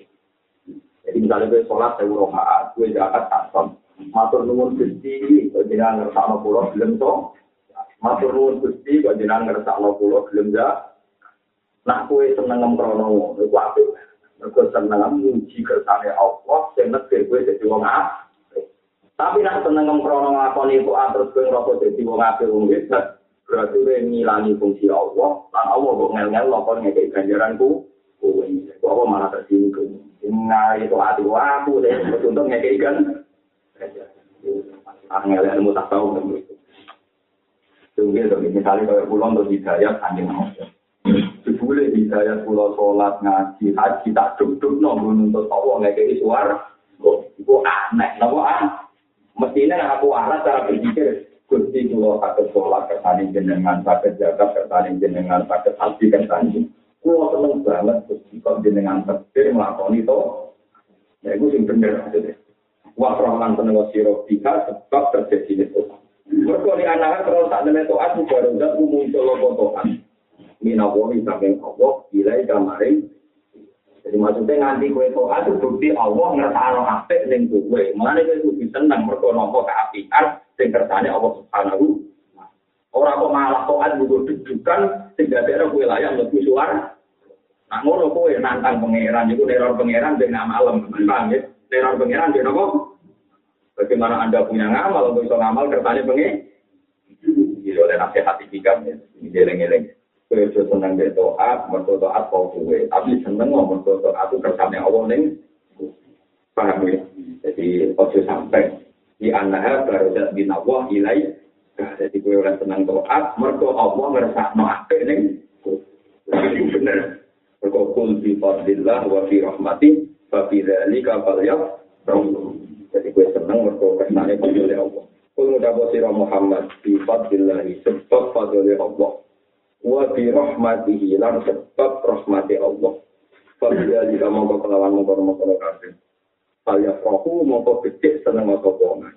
Jadi misalnya kowe salat sewu rakaat, kowe zakat takon. Matur nuwun Gusti, jenengan ngertakno kula gelem to. Matur nuwun Gusti, kok jenengan ngersakno kula gelem ya. Nak kowe seneng ngemprono ngono iku apik. Mergo seneng muji kersane Allah sing nekir kowe dadi wong apik. Tapi nak seneng ngemprono ngakoni iku atus kowe ngrasa dadi wong apik wong hebat, berarti kowe ngilangi fungsi Allah, lan Allah kok ngel-ngel kok ngekek ganjaranku. Kowe iki kok malah tersinggung. Nah itu ati aku deh untuk ngekek kan. Angel ilmu tak tahu kan. Tunggu dong, misalnya kalau pulang untuk hidayat, anjing maksudnya. Boleh hidayat pulau sholat, ngaji, haji, tak duduk, nunggu nuntut Allah, nggak kayak suara. Itu aneh, kenapa aneh? Mestinya aku alat cara berpikir. Gusti pulau sakit sholat, kesaning jenengan, sakit jaga, kesaning jenengan, sakit haji, kesaning. Pulau seneng banget, Gusti. sebab jenengan takdir nglakoni to. Ya iku sing bener maksudnya. Wa rahman penengok sira bika sebab terjadi itu. Mergo li anak terus sak dene taat baru dak muncul lopotokan. Minawori saking Allah ilai kamaring. Jadi maksudnya nganti kowe taat itu bukti Allah ngertakno apik ning kowe. Mulane kowe kudu seneng mergo nampa kaapian sing kersane Allah Subhanahu. Ora kok malah taat butuh dudukan sing dadekno kowe layak mlebu suara. Nah ngono kowe nantang pangeran iku neror pangeran ben amalem, paham ya? Neror pangeran ben apa? Bagaimana Anda punya ngamal, untuk bisa ngamal kertanya pengen? Jadi oleh nasihat tiga ya, ini geleng-geleng. Kue itu senang dari doa, berdoa kau kue. Tapi senang ngomong berdoa itu kertanya Allah nih. Paham ya? Jadi ojo sampai di anak baru bin Allah ilai. Jadi kue orang senang doa, mergo Allah ngerasa maafin nih. Jadi benar. Mergo kul bi fadlillah wa fi rahmati, fa fi dzalika falyafrahu. Jadi gue senang mergo kersane oleh Allah. Kul ngucap sira Muhammad bi fadlillah sebab fadlile Allah. Wa bi rahmatihi lan sebab rahmati Allah. Fadlillah jika mongko kelawan mongko-mongko kabeh. Saya fokus mongko becik seneng apa wong.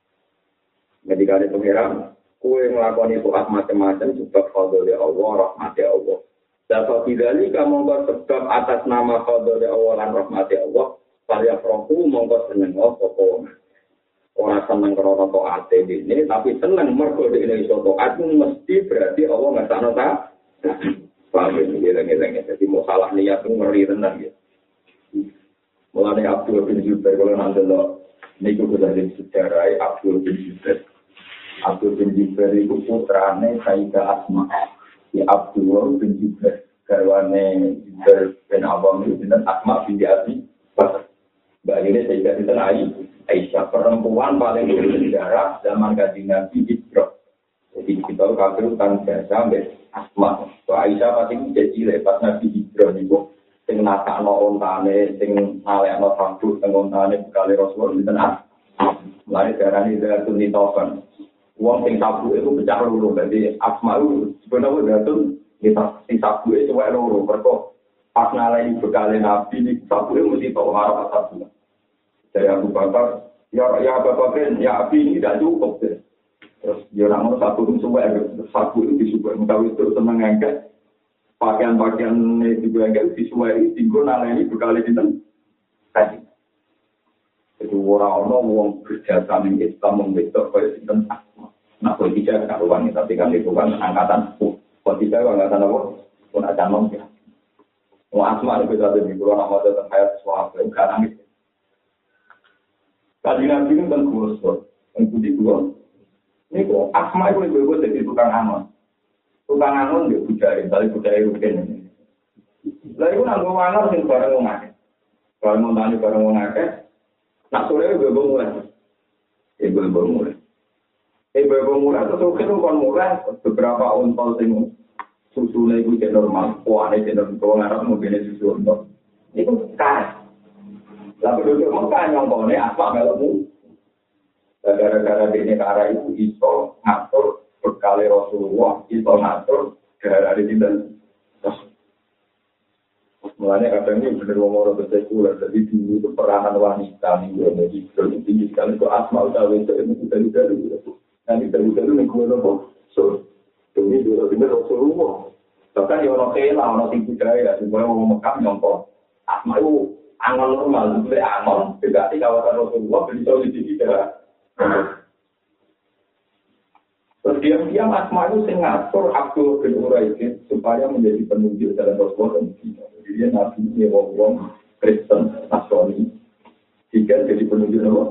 Ketika ada pengiran, kue ngelakoni taat macam-macam sebab fadlile Allah, rahmati Allah. Dapat bidalika mongko sebab atas nama fadlile Allah lan rahmati Allah. Saya proku mongko seneng apa orang seneng karena taat ini, tapi seneng mergo di Indonesia taat mesti berarti Allah nggak sana tak. Paham geleng-geleng jadi masalah niat itu ngeri tenan ya. Mulane Abdul bin Zubair kalau nanti lo niku sudah jadi sejarah Abdul bin Zubair. Abdul bin Zubair itu putrane Sayyidah Asma. Ya Abdul bin Zubair garwane Zubair bin Awam itu dan Asma bin Abi Bakar. Mbak ini saya tidak ditenai, Aisyah perempuan paling bersejarah zaman Kanjeng Nabi Hijrah. Jadi kita kafir kan biasa sampai Asma. So Aisyah pasti jadi lepas Nabi Hijrah itu, sing nasakno ontane, sing nalekno sabuk teng ontane bekale Rasul dinten as. Mulai darani Zaitun nitokan. Wong sing sabuk itu pecah loro, jadi Asma itu sebenarnya Zaitun nitok sing sabuk itu wae loro, mergo pas nalai bekale Nabi ini sabuk itu mesti tahu harap sabuk. Dari Abu Bakar, ya ya Abu Bakar, ya Abi ini tidak cukup. Ya. Terus dia orang satu itu suwe, sabuk itu disuwe, mengetahui itu senang ngangkat pakaian-pakaian itu ngangkat disuwe, tinggal nalai bekale dinten tadi. Jadi orang-orang wong berjasa ning Islam membetok kaya dinten Asma. Nah, kalau tidak karuan tapi kan itu kan angkatan. Kalau tidak angkatan apa? Pun ada nom ya. Mau Asma itu bisa jadi kalau nama datang hayat suatu enggak nangis. Tadi Nabi itu kan gosok, kan putih gosok. Ini kok Asma itu lebih bagus dari tukang angon. Tukang angon dia budaya, tadi budaya rutin. Lalu nanggung angon sing barang wong akeh. Barang wong tani barang wong akeh. Nak sore ibu mulai. Ibu ibu mulai. Ibu ibu mulai terus itu kan mulai beberapa untol sing susune iku cek normal. Kuane cek normal ngarep mobilnya susu untol. Iku karet. Lalu duduk Mekah nyongkone Asma melemu. Gara-gara ini arah itu iso ngatur berkali Rasulullah, iso ngatur gara-gara di dinten. Mulanya kadang ini benar ngomong orang sekuler, jadi dulu itu peranan wanita nih, gue jadi tinggi sekali. Itu Asma udah itu itu dari dari itu. Nanti dari dari nih gue nopo. So, ini dulu benar Rasulullah. Bahkan ya orang kela, orang tinggi budaya, semua ngomong Mekah nyongkon Asma itu angon normal, itu angon, tidak di kawasan Rasulullah, beli solusi tidak. Terus diam-diam Asma itu sengatur Abdul bin Uraidin supaya menjadi penunjuk dalam Rasulullah dan Medina. Jadi dia nabi ini orang Kristen, Nasrani, jika jadi penunjuk Allah.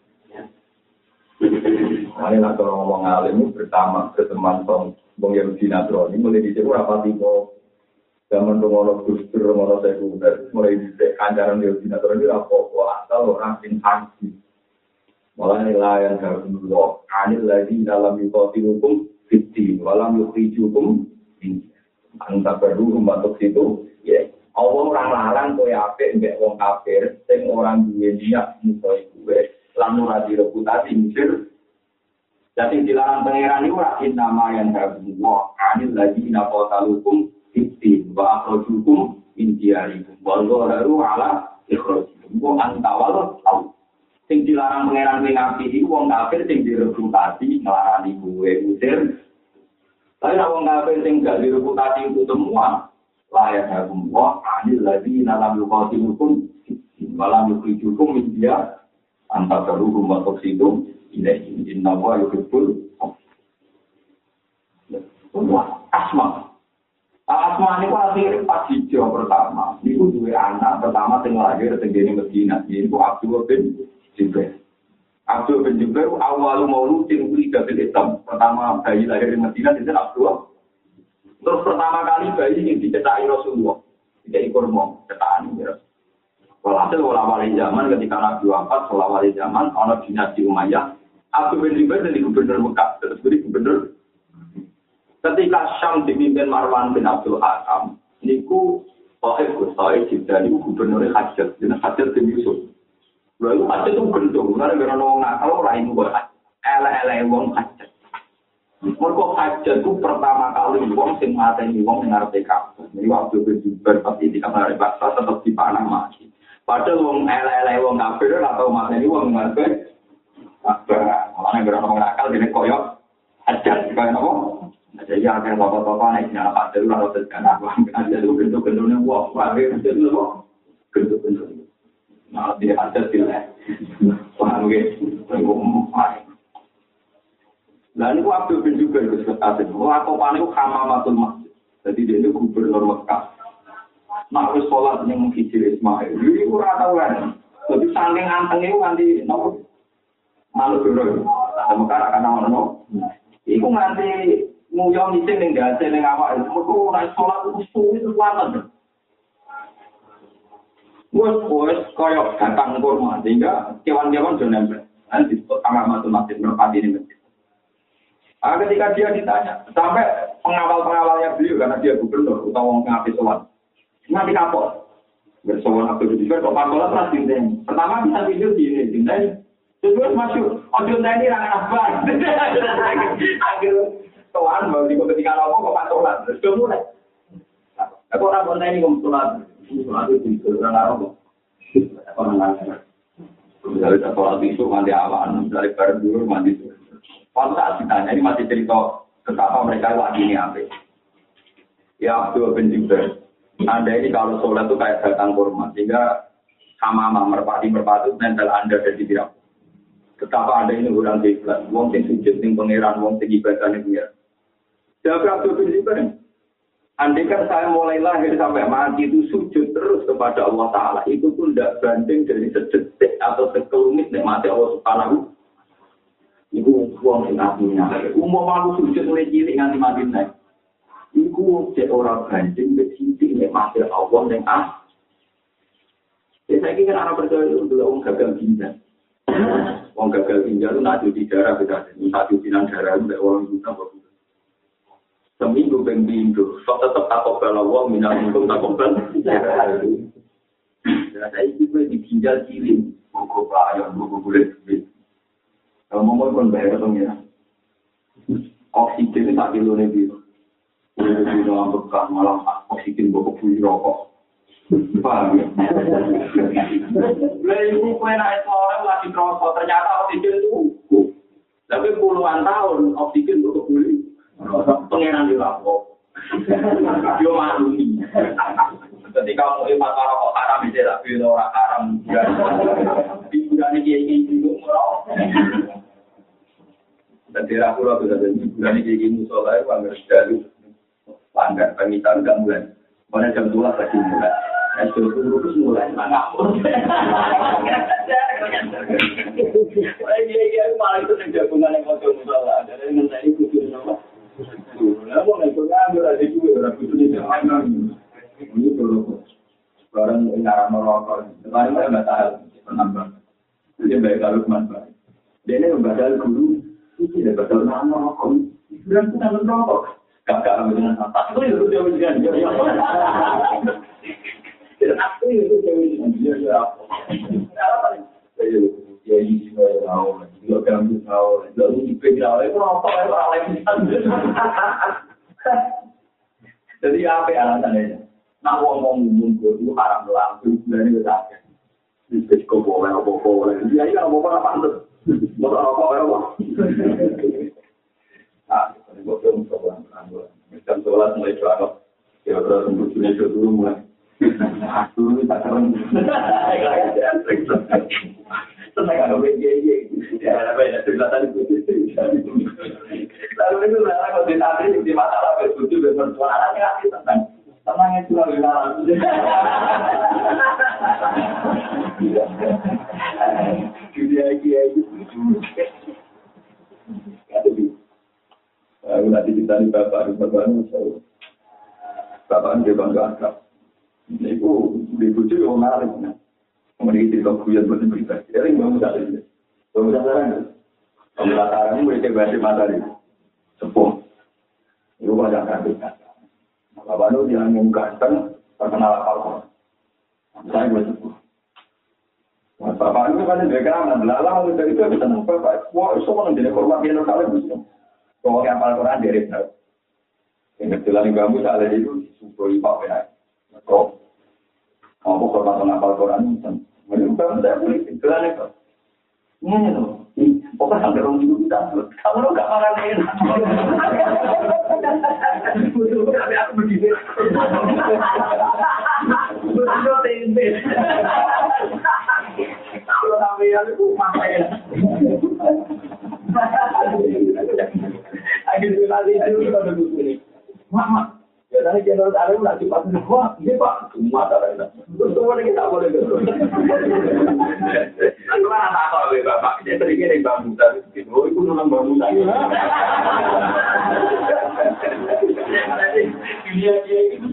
Ini nak kalau ngomong alim bersama berteman sama Bung Yahudi Nasrani, mulai di sini rapat itu. Zaman pengono Gustur, pengono sekunder, mulai dicek kancaran di Yahudi Nasrani, rapor asal orang sing haji. Malah nilai yang harus dulu, anil lagi dalam yukoti hukum, fitri, walam yukri hukum, antara perlu membantu situ, ya. Allah orang larang kau apik mbek wong kafir, sing orang duwe niat musuh gue, lamun ora direputasi misir. Jadi dilarang pangeran iki ora nama yang harus dulu, anil lagi napa talukum fitri, wa akhrajukum inti ikhtiyarikum. Wa dhaharu ala ikhrajikum. Wong antawal tau. Sing dilarang pangeran ngapi iku wong kafir sing direkrutasi nglarani kuwe usir. Tapi nek wong kafir sing gak direkrutasi itu semua layak hukum wa anil ladina lam yuqatilukum walam yukhrijukum min diyar anta taruhum wa tuqsidum ilaihi inna wa yuhibbul wah asma asma ini kan akhirnya pas hijau pertama itu dua anak pertama yang lahir di Medina yaitu Abdul bin Jubair Abdul bin Jubair awal mauludin ulida bil Islam pertama bayi lahir di Medina itu Abdul terus pertama kali bayi yang dicetakai Rasulullah jadi kurma cetakan ya walhasil wali zaman ketika Nabi wafat wali zaman ana dinasti Umayyah Abdul bin Jubair jadi gubernur Mekah terus jadi gubernur ketika Syam dipimpin Marwan bin Abdul Hakam, niku Sohaib Sohaib Jibda niku gubernur Hajjat, jenis Hajjat bin Yusuf. Lalu Hajjat itu gendong, karena gara orang nakal orang itu buat ele-ele wong Hajjat. Mereka Hajjat itu pertama kali wong sing mateni wong sing ngarep kabeh. Jadi waktu berjuber pasti di kamar baksa tetap dipanah mati. Padahal wong ele-ele wong kafir atau mateni wong ngarep apa? Malah gara orang nakal dene koyok Hajjat kaya napa? Jadi akhirnya bapak-bapak naiknya apa dulu lalu terkena aku ada itu bentuk-bentuknya wah pakai itu loh bentuk-bentuk nah dia ada sila paham gitu dan itu Abdul bin Jubair itu seperti itu aku panik Hamamatul Masjid jadi dia itu gubernur Mekah nah harus sholat yang menghijir Ismail ini kurang tahu kan jadi saking antengnya nanti nomor malu dulu ada Mekah akan nama-nama itu nanti nguyong ising ning dase ning awak mergo ora salat usul itu kuwatan. Wes-wes koyo batang kurma sehingga kewan-kewan do nempel. Nanti disebut Hamamatul Masjid merpati ini masjid. Ah ketika dia ditanya sampai pengawal-pengawalnya beliau karena dia gubernur utawa wong ngapi salat. Nanti kapok. Bersowan Abdul Jubair kok pakola terus dinteni. Pertama bisa video di ini dinteni. Terus masuk ojo teni ra apa. Akhir Tuhan mau di ketika apa kok patolan terus mulai. Aku ora bonten iki kok sholat. Sholat itu ora apa. Orang lain. Dari sholat itu mandi awan, dari bar dulu mandi. Pas saat ditanya ini masih cerita betapa mereka lagi ini apa. Ya Abdul bin Jubair. Anda ini kalau sholat itu kayak batang kurma sehingga sama merpati-merpati nempel Anda dan di diri. Betapa Anda ini kurang ikhlas. Wong sing sujud ning pangeran, wong sing ibadah ning pangeran. Jawab Abdul bin Jubair. Andai kan saya mulai lahir sampai mati itu sujud terus kepada Allah Ta'ala. Itu pun tidak banding dari sedetik atau sekelumit nikmati Allah Subhanahu. Itu uang yang artinya. Umum aku sujud mulai cilik nganti mati naik. Itu cek orang banding bersidik nikmati Allah yang ah. Ya saya kira anak percaya itu adalah orang gagal ginjal. Orang gagal ginjal itu nak di darah kita. Satu binan darah itu orang itu tambah. Seminggu pengpindu, so tetap takobal Allah, minal minum takobal. Ya, saya itu di ginjal cilik, buku pelayan, buku kulit. Kalau mau pun bayar dong ya. Oksigen tak kilo lebih. Lebih dalam bekas malam oksigen buku buli rokok. Paham ya? Lalu kue naik orang lagi rokok, ternyata oksigen itu. Tapi puluhan tahun oksigen buku buli. Pengenan di lapor, dia maklumi. Ketika mau imat rokok haram itu tak pilih orang haram. Hiburan ini kayak gini murah. Dan tidak pula sudah ada hiburan ini kayak gini soalnya bangga sekali. Langgar pemitan tidak mulai. Mana jam dua lagi mulai. Es dulu terus mulai mangap. Iya iya malah itu jagungan yang mau musola. Jadi nanti ikut nama. Lama nggak tahu ngambil ada juga orang itu di sana. Ini perlu orang ngarang merokok. Kemarin saya nggak tahu penambah. Dia baik kalau manfaat. Dia ini membaca guru. Ini tidak baca nama merokok. Bukan kita merokok. Kakak ambil dengan atas itu itu dia menjadi dia. Tidak aku itu dia menjadi dia apa? Apa nih? Ya ini saya tahu, juga kami tahu, lalu dipegang oleh orang orang lain. Jadi apa alasannya? Nah, ngomong mundur itu haram lah, bulan itu saja. Bisnis kok boleh, apa boleh. Dia ini apa apa pantas. Mau apa apa. Ah, ini gue belum coba ambil. Jam sholat mulai sholat. Ya terus untuk dunia itu dulu mulai. Dulu tak tahu. Senang ada B G G. Ya, apa ya? Cerita tadi. Lalu itu lah kalau di tadi di masalah begitu bersuaranya nggak tentang tenangnya juga bilang. Dia dia itu. Aku nanti kita di bapak bapak itu bapak dia bangga agak. Itu dibujuk yang menarik. Kemudian kita kuliah bercerita. Jadi bangun dari itu. Bangun dari Kamu lataran ini boleh coba di matahari. Sepuh. Itu banyak kan kita. Bapak itu yang mengungkapkan terkenal apa-apa. Saya boleh sepuh. Bapak itu kan dia kena belalang dari itu bisa nampak Bapak. Wah, itu kan jadi korban yang kalian bisa. Kalau yang paling Quran dari itu. Yang kebetulan kamu salah itu subroi Pak ya. Kok kamu korban ngapal Quran itu. Menurut saya boleh kebetulan itu. Ini tuh. Pokoknya sampai orang itu kita. Kamu enggak marah enak. Betul tapi aku begini. Betul tempe. Kalau sampai yang itu masa ya. Akhirnya nanti itu ada begini. Mama, ya tadi channel ada udah cepat wah, ini Pak, cuma ada. Betul kita boleh gitu. Aku kan tak tahu Bapak, dia teringat dari Bang Musa itu. Oh, itu nama Bang Musa. Dia dia itu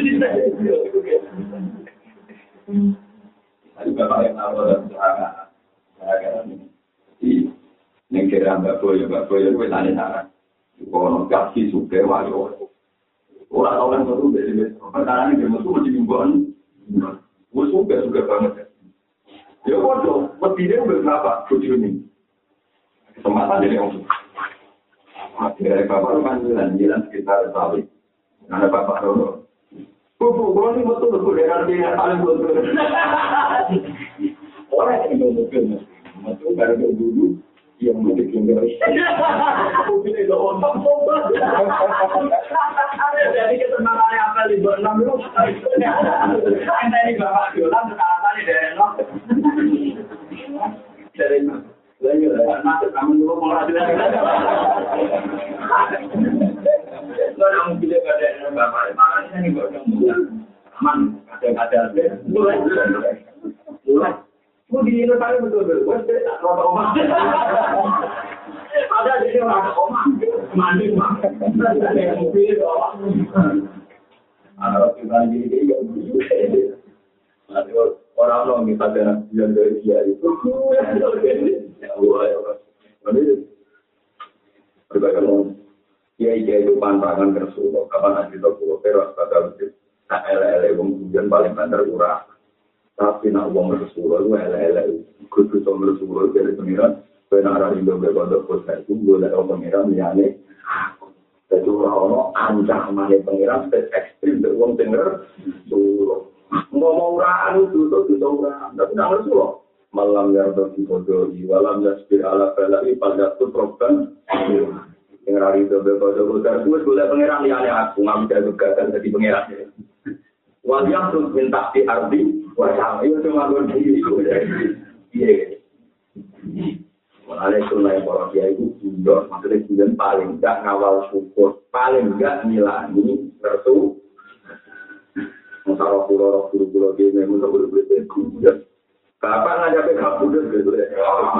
Ada Bapak yang tahu dan sangat sangat ini. Ning kira Mbak Boyo, Mbak Boyo itu tanya-tanya. Kalau kasih suka wayo. Orang tahu kan baru dari perkara ini dia masuk masih bimbang. Gue suka suka banget. Ya waduh, lebihnya berapa tujuh ini? Kesempatan dari orang suka. Dari bapak itu kan jalan-jalan sekitar Bali. Ada bapak Roro. Buku, kalau ini betul betul dari artinya paling betul. Orang yang betul betul baru dulu. Yang mudik yang dari ini loh orang sobat jadi kesenangannya apa libur enam lu anda ini bapak jualan sekarang dari no dari lagi lah masuk kamu dulu mau lagi lagi nggak ada mungkin ada bapak makanya ini gak ada aman ada ada mulai mulai Mau di Indonesia betul-betul, gue tidak rata omah. Ada jadi rata omah, mandi mah. Ada yang mobil omah. Anak kita jadi gak begitu. Nanti orang orang kita ada yang dari dia itu. Ya Allah ya Allah. Nanti berbagai orang. Ya itu pantangan tersulut. Kapan nanti kita pulau teras pada waktu tak ele-ele kemudian paling banter kurang. Tapi nak uang Rasulullah itu ele-ele khusus uang Rasulullah dari pengiran benar Indo berkodok khusus itu boleh orang pengiran yang ini jadi orang-orang ancaman pengiran spes ekstrim dari uang denger Rasulullah ngomong orang itu itu orang tapi nak Rasulullah malam yang berkodok walam yasbir ala falai pada itu program yang hari Indo berkodok khusus itu boleh pengiran yang ini aku nggak bisa juga jadi pengiran waliang terus minta di arti wah itu cuma gue itu iya mulai sunnah yang orang dia itu jujur maksudnya jujur paling enggak ngawal syukur paling enggak ngilani resu masalah pulau pulau pulau dia memang tak boleh boleh jujur kapan aja pekak jujur gitu ya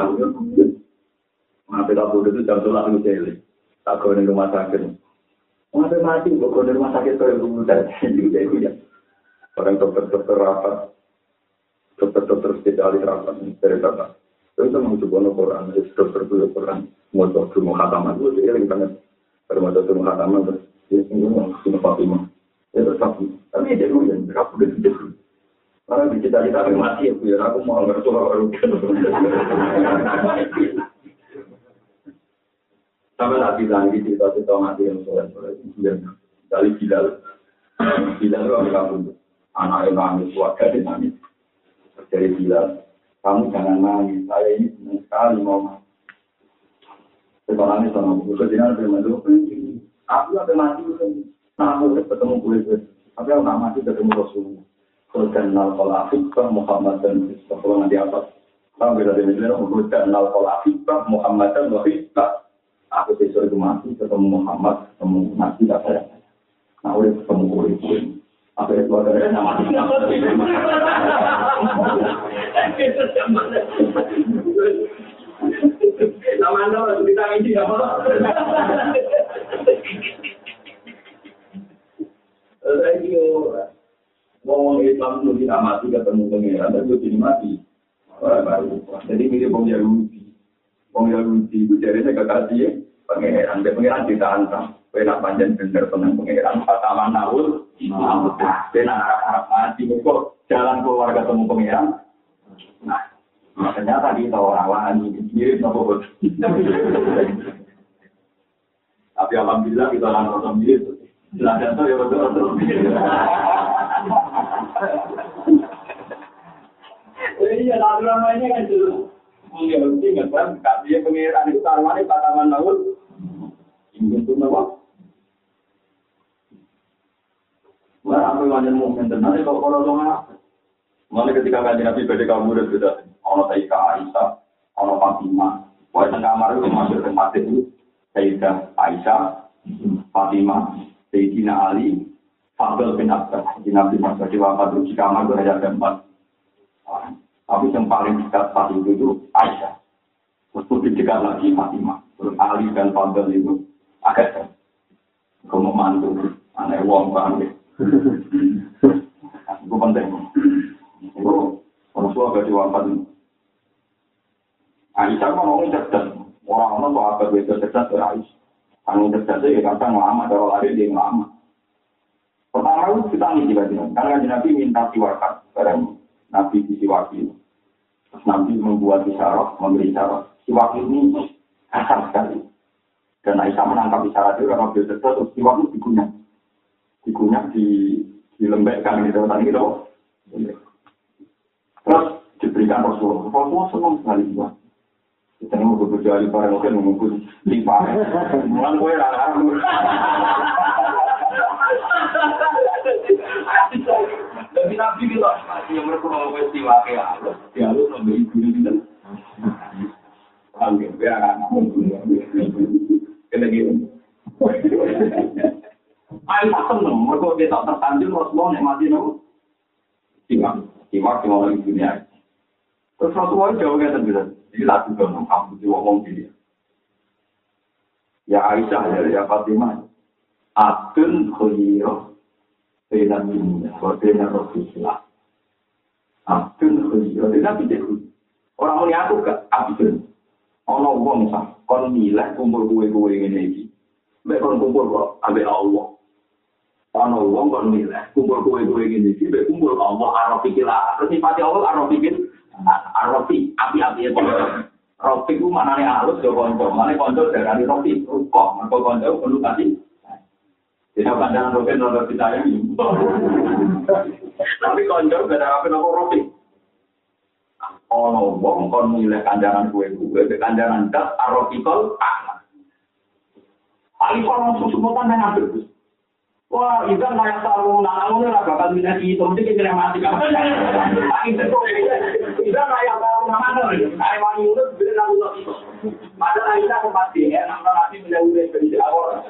mana pekak jujur itu jam sholat itu celi tak kau di rumah sakit mana mati kau di rumah sakit kau yang jujur juga itu ya orang dokter-dokter rapat, dokter-dokter spesialis rapat dari bapak. Itu mencoba Quran, dokter itu Quran, mau dokter mau khataman itu dia yang banget. Kalau mau dokter mau khataman terus dia semua cuma Fatimah. Ya tetap. Tapi dia dulu yang berapa udah dia. Karena dicita-cita mati ya, biar aku mau ngerti orang. Sampai tak bilang di cerita-cerita mati yang soleh-soleh itu yang dari Bilal. Bilal itu ada kamu. Anak yang nangis, keluarga yang nangis. Dari Bilal, kamu jangan nangis. Saya ini senang sekali mau mati. Setelah ini sama buku kejian bermandu. Aku ada mati nah aku ketemu gue. Tapi aku nggak mati ketemu Rasulullah. Kenal kolafik Muhammad dan kalau nanti apa? Kalau beda dengan itu, kenal kolafik Muhammad dan Wahidlah. Aku besok itu mati ketemu Muhammad, ketemu Nabi tak saya. Nah, udah ketemu gue. Apa itu ada nama mati? Nama anda harus kita ini apa? Thank you. Ngomong Islam itu tidak mati ketemu pengiran, tapi jadi mati. Orang baru. Jadi mirip orang Yahudi. Orang Yahudi itu jadinya kekasih pengiran. Pengiran ditantang. Pernah panjang benar tenang pengiran. Pertama tahun. Pernah harap mati. Kok jalan keluar ketemu pengiran. Nah, ternyata kita orang-orang ini mirip nopo. Tapi alhamdulillah kita orang-orang mirip. Belajar tuh ya betul-betul. Iya, lalu-lalunya kan dulu. Mungkin harus ingat kan, dia pengiran itu taruhannya tanaman laut. Ingin tuh apa? Wah, aku wajan mungkin tenang itu kalau orang mana ketika kaji Nabi pada kamu dan sudah ono Sayyidah Aisyah, ono Fatimah. Wah, tengah kamar itu masuk tempat itu Sayyidah Aisyah, Fatimah. Sayyidina Ali, Fadl bin Abbas, di Nabi Muhammad wafat itu di kamar berada empat orang. Tapi yang paling dekat saat itu itu Aisyah. Terus lebih dekat lagi Fatimah. Terus Ali dan Fadl itu agak jauh. Kamu mantu, aneh wong banget. Itu penting. Itu orang tua gak diwafat itu. Aisyah kan orang cerdas. Orang-orang tuh apa itu cerdas dari Aisyah. Anu terjadi ya kadang lama, kalau lari dia lama. Pertama itu kita nih tiba-tiba, karena Nabi minta siwakan, barang Nabi disiwaki. Terus Nabi membuat isyarat, memberi isyarat. Siwak ini kasar sekali. Dan Aisyah menangkap isyarat itu karena beliau cerdas, terus siwak itu digunyah. Digunyah di dilembekkan gitu tadi gitu. Terus diberikan Rasulullah. Rasulullah senang sekali siwak. Kita ini mau berjari barang mungkin mengumpul lima. Mulan gue rara. Tapi Nabi gitu, yang mereka mau festival kayak apa? Ya lu memberi guru gitu. Ambil biar anak kena gitu. Aisyah seneng, mereka kita tersanjung Rasulullah nikmati nopo. Simak, simak yang orang dunia. Terus Rasulullah jawabnya terbiasa. Jadi lagu dong, kamu ngomong gini. Ya Aisyah, ya Fatimah. Adun khuyiro. Bina minyak, bina Rasulullah. Adun khuyiro. Tidak bisa. Orang ini aku gak adun. Orang wong sah. Kon milah kumpul kue-kue ini. Mbak kon kumpul kok. Ambil Allah. Orang wong kon milah kumpul kue-kue ini. Mbak kumpul Allah. Arafikilah. Terus sifati Allah Arafikil. Arafi, api-api itu. Rofi itu maknanya halus, ya konco. Maknanya konco dari Rofi, rukok. Maka konco perlu kasih. Tidak pandangan Rofi, nonton kita ini. Tapi konco gak ada apa-apa Rofi. Ono wong kon milih kandangan kue-kue, kandangan das, Arafikol, anak. Alifah langsung sebutan yang ambil. Wah, Izan layak tahu, nah, kamu lah bakal minta itu, mesti kita mati. Izan layak tahu, nama mana? Saya wangi itu, bila lalu itu. Padahal Izan kembali, ya, nama nanti menjauh dari awal.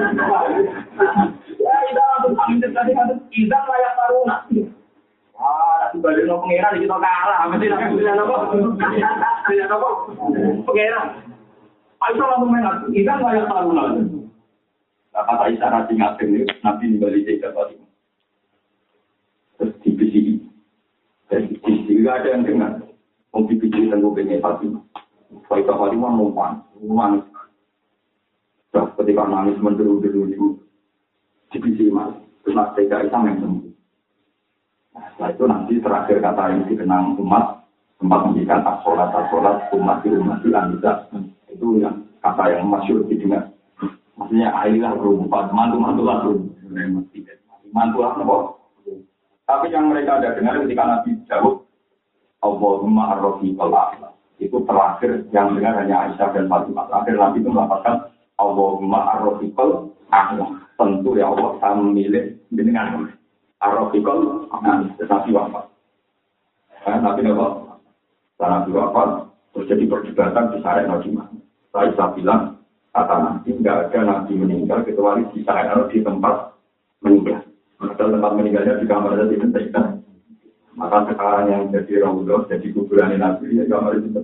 Ya, Izan langsung ambil tadi kan, Izan layak tahu, nah. Wah, nanti balik no pengeran, kita kalah. Mesti nanti bisa apa? Bisa apa? Pengeran. Aisyah langsung mengat, Izan layak tahu, nah. Kata Aisyah nanti ngapain nih, Nabi di balik jaga Fatimah. Terus di P C I. Dan di P C I nggak ada yang dengar. Mau di P C I tunggu pengen Fatimah. Fatimah Fatimah mau nangis. Terus ketika nangis menderu-deru itu di P C I mas. Terus nanti Aisyah yang sembuh. Nah, setelah itu nanti terakhir kata yang dikenang umat, tempat menjadikan as-sholat as-sholat umat di umat di anisa. Itu yang kata yang masyhur didengar. Maksudnya airlah berumpat, mantu-mantu lah berumpat. mantulah nopo. Tapi yang mereka ada dengar ketika Nabi jawab Allahumma ar-rafiqal a'la. Itu terakhir yang dengar hanya Aisyah dan Fatimah. Terakhir Nabi itu melaporkan Allahumma ar-rafiqal a'la. Tentu ya Allah saya memilih dengan ar-rafiqal a'la. Tetapi wafat. Nabi nopo. Setelah Nabi wafat terjadi perdebatan di Syariat Nabi Muhammad. Aisyah bilang kata Nabi tidak ada Nabi meninggal kecuali di Syariat di tempat meninggal. Padahal tempat meninggalnya di kamar saja tidak bisa. Maka sekarang yang jadi Raudhah, jadi kuburan Nabi, ya kamar itu.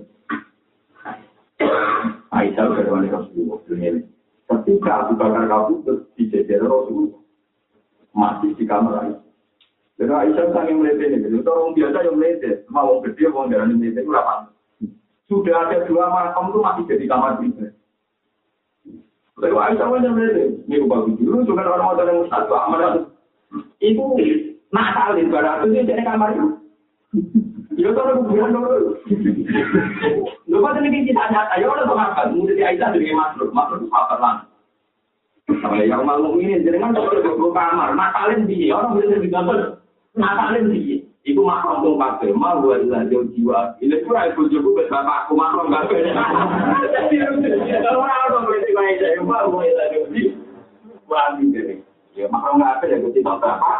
Aisyah berwani Rasulullah dunia. Ketika Abu Bakar kabur di jajar Rasulullah, masih di kamar Aisyah. Jadi Aisyah saking melihat ini, jadi orang biasa yang melihat, mau gede, mau darah melihat itu berapa? Sudah ada dua makam itu masih jadi kamar itu. Lalu Aisyah yang melihat, ini bagus dulu, juga orang-orang yang mustahil, amat itu nakal di barat itu jadi kamar itu. Ya kalau kuburan dulu. Lupa tadi kita nyata, ya udah makan. Mungkin Aisyah jadi makhluk, makhluk apa lah? Sampai yang malu ini, jadi kan kalau ke kamar, nakalin dia, orang bisa digambar, nakalin dia. Iku makhluk tuh pakai, mau buat lanjut jiwa. Ini pun aku juga bersama aku makhluk nggak beda. Kalau orang berarti Aisyah mau buat lanjut jiwa, jadi. Ya makhluk nggak ada yang kita berapa?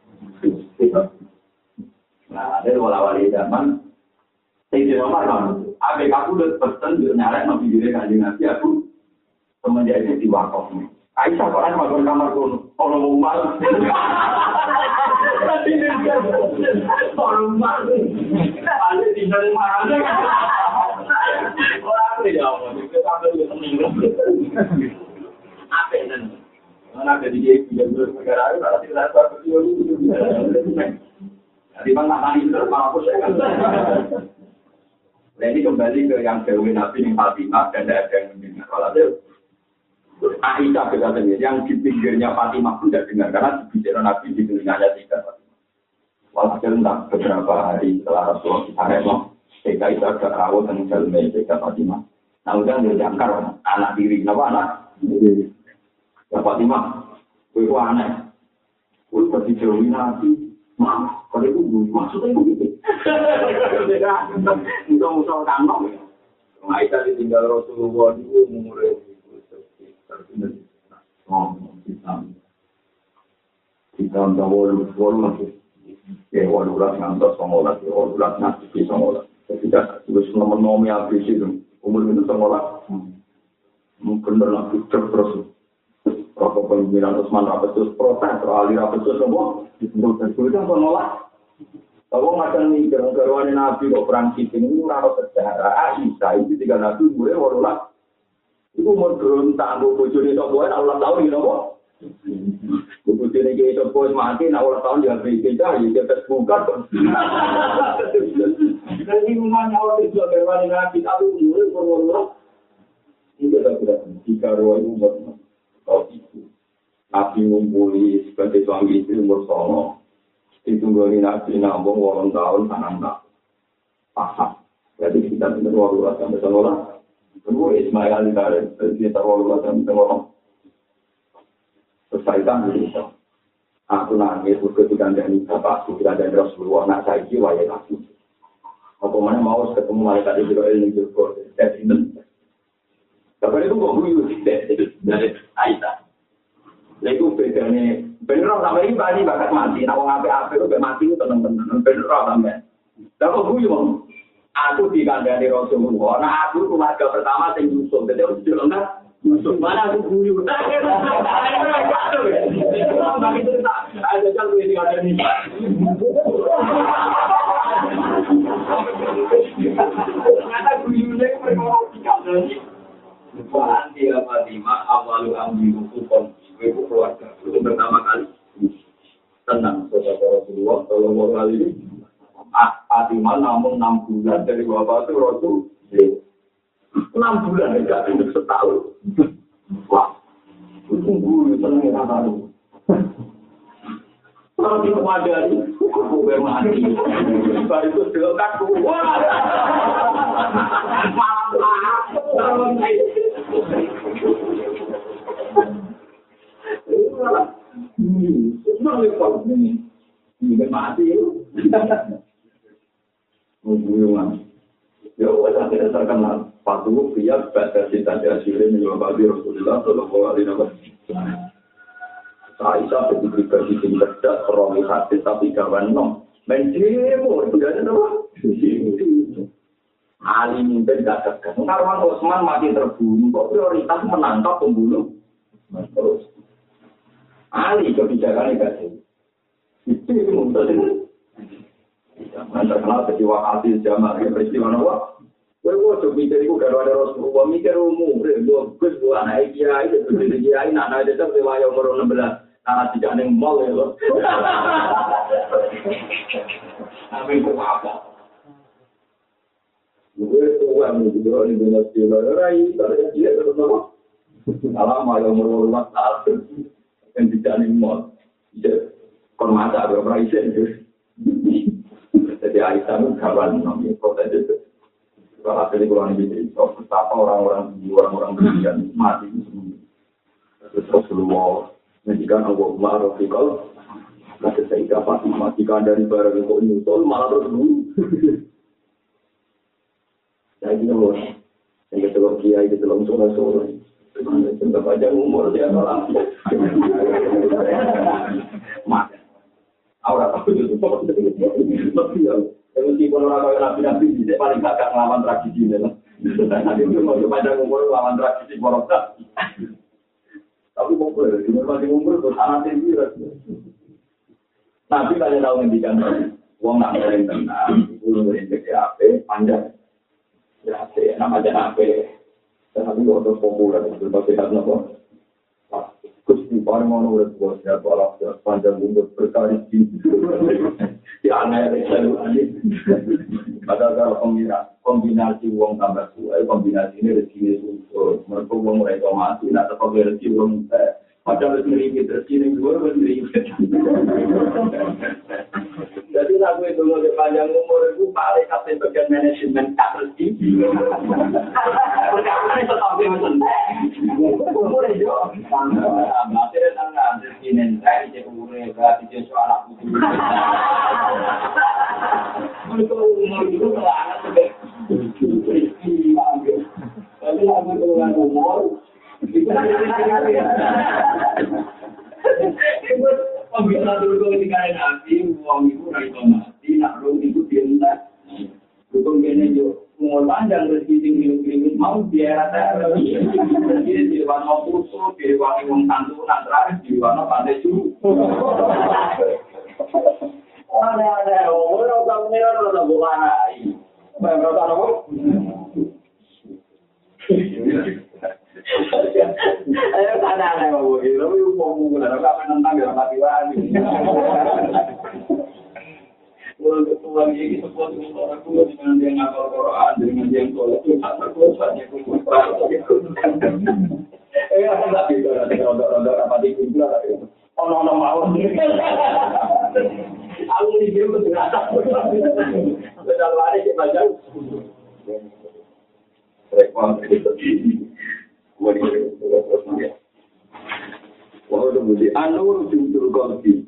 Nah, ada wala-wali zaman. Saya di nomor kan. Abis aku udah pesen di nyarek nabi diri kanjeng Nabi aku semenjak itu di wakaf. Aisyah kok ada masuk kamar pun orang umat. Orang umat. Ada di dalam mana? Orang apa ya? Kita sampai di seminggu. Apa nanti? Mana ada di dia negara itu ada di dalam satu video. Jadi bang nak tadi terus mampus ya kan. Nah ini kembali ke yang Dewi Nabi yang Fatimah dan ada yang mendengar. Kalau itu Aisyah berkata yang di pinggirnya Fatimah pun tidak dengar karena di pinggirnya Nabi di telinganya tidak. Walhasil entah beberapa hari setelah Rasulullah disarek, Seka itu agak rawat dan jalme Seka Fatimah. Nah udah dia jangkar anak diri, kenapa anak? Ya Fatimah, itu aneh. Itu pasti jauhi Nabi. Mak, kalau itu maksudnya begitu. Musuh-musuh kanong. Aisyah ditinggal Rasulullah itu umurnya oh, hitam. Hitam tahun walu masih. Ya walu lah ngantos songolas, walu lah nasi songolas. Ketika terus nomi habis itu umur itu songolas. Mungkin berlaku terus. Rokok pemimpinan Utsman Rapetus protes, Ali Rapetus semua disebut itu kan menolak. Kalau macam ini gerong-gerong Nabi kok perang Siffin ini menurut sejarah Aisyah itu tiga Nabi mulai warulah. Itu mau berontak bu bujuni sopoan Allah tahu ini nopo. Bu bujuni kita sopoan mati, Allah tahu dia berbeda, dia terbuka. Dan ini memang Allah itu gerong Nabi tapi mulai warulah. Ini kita tidak jika roh itu umur. Oh itu, Nabi ngumpuli sebagai suami istri umur sono, itu dari Nabi nambung walau tahun tanam tak pasang. Jadi kita tidak walau sampai sekolah. Kedua Ismail ditarik, kita walau sampai sekolah. Selesaikan itu. Aku nangis ketika dari bapak sudah ada Rasulullah, nak saya jiwa ya lagi. Apa mana mau ketemu malaikat Jibril ini juga, that's it. Tapi itu kok guyu dari Aisyah. Itu bedanya. Bener sama ini bani bakat mati. Nah orang apa-apa itu mati itu tenang-tenang. Bener sama. Tapi kok guyu bang? Aku dikandani Rasulullah. Nah aku keluarga pertama yang Yusuf. Jadi aku bilang kan Yusuf mana aku guyu. Bagi itu tak ada jalan yang ada di. Kata guyunya perkara dikandani. Bukan dia Fatimah awalu ambil hukum ibu keluarga itu pertama kali tenang saudara Rasulullah kalau kali ini Fatimah namun enam bulan dari bapak itu Rasul enam bulan tidak hidup setahun wah itu guru senang kata itu kalau di kemadani aku bermati baru itu dekat wah malam Memang lepas ini. Ini mati. Hubungan. Ya, wajah tidak terkenal. Patuh, biar pada cinta hasilnya menjawab Rasulullah Sallallahu Alaihi Wasallam. Aisyah begitu begitu cerdas, romi hati tapi kawan nom. Menjemu, tidak ada apa. Ali mungkin tidak tegas. Karwan Utsman mati terbunuh, kok prioritas menangkap pembunuh. Terus. Ali kebijakannya gak sih. Itu mungkin. Jangan terkenal peristiwa hati zaman ini peristiwa apa? Kowe kok mikir iku karo ada Rasulullah mikir umum, lho Gus bu anak kiai itu jadi kiai anak ada sampai wayo umur enam belas. Anak tidak ning mall ya lho. Amin kok apa? Gue tua nih bro ini benar sih rai dari dia terus apa? Alam wayo umur lima tahun kan tidak ning mall. Jadi kon mata berapa isen Gus. Jadi Aisyah itu kawan namanya kota itu. Kalau hasil kurang lebih itu, betapa orang-orang orang-orang berikan mati itu. Terus Rasulullah menjadikan Allah Ma'arofikal. Maka saya dapat mematikan dari barang yang kok nyusul malah terus dulu. Saya gini loh, yang ketelur kiai, ketelur sore-sore. Sudah panjang umur dia malah. Mati. Orang tahu itu tapi ya meskipun orang kaya nabi-nabi bisa paling gak ngelawan tradisi ini nanti itu mau panjang umur ngelawan tradisi korupsi tapi populer di masing umur itu sangat tinggi nabi banyak tahu ngendikan uang nak ngelain tenang itu ngerintik di H P panjang di H P nama aja H P tapi kalau populer itu pasti harus apa Gusti paling mau nulis buat siapa lah panjang umur berkali di di aneh selalu ada. Padahal kalau kombinasi kombinasi uang tambah tua, kombinasi ini rezeki itu mereka uang mereka mati, nak tetap rezeki uang padahal rezeki rezeki ini dua rezeki. Jadi lagu itu lebih panjang umur itu paling kasih bagian manajemen tak rezeki. Perkara itu tapi macam umur itu. Mati dan nggak rezeki nentai je umur berarti je soal aku. Mereka umur itu sangat sebeg. Tapi lagu itu dengan umur. Bisa dulu ketika nanti uang itu rakyat mati, nak ruang itu dientak. Hukum gini juga umur panjang rezeki tinggi-tinggi mau biar ada jadi di mana pusuh, di mana uang tandu nak terakhir, di mana pandai cu. Ada-ada umur orang ini orang bukan lagi. Berapa tahun? Ayo tanah-tanah mau begitu, tapi mau bukan apa menentang ya mati lagi. Untuk tuan ini sebuah orang tua dengan dia ngapal Quran, dengan dia yang soleh itu tak terkuatnya kumpul perang. Eh, ada gitu, ada ronda-ronda apa di kumpul ada gitu. Oh, no, no, mau. Aku di sini betul rasa. Betul lari kita jauh. Rekam itu. Waduh, waduh, waduh, waduh, Anwar Jumtur Qalbi.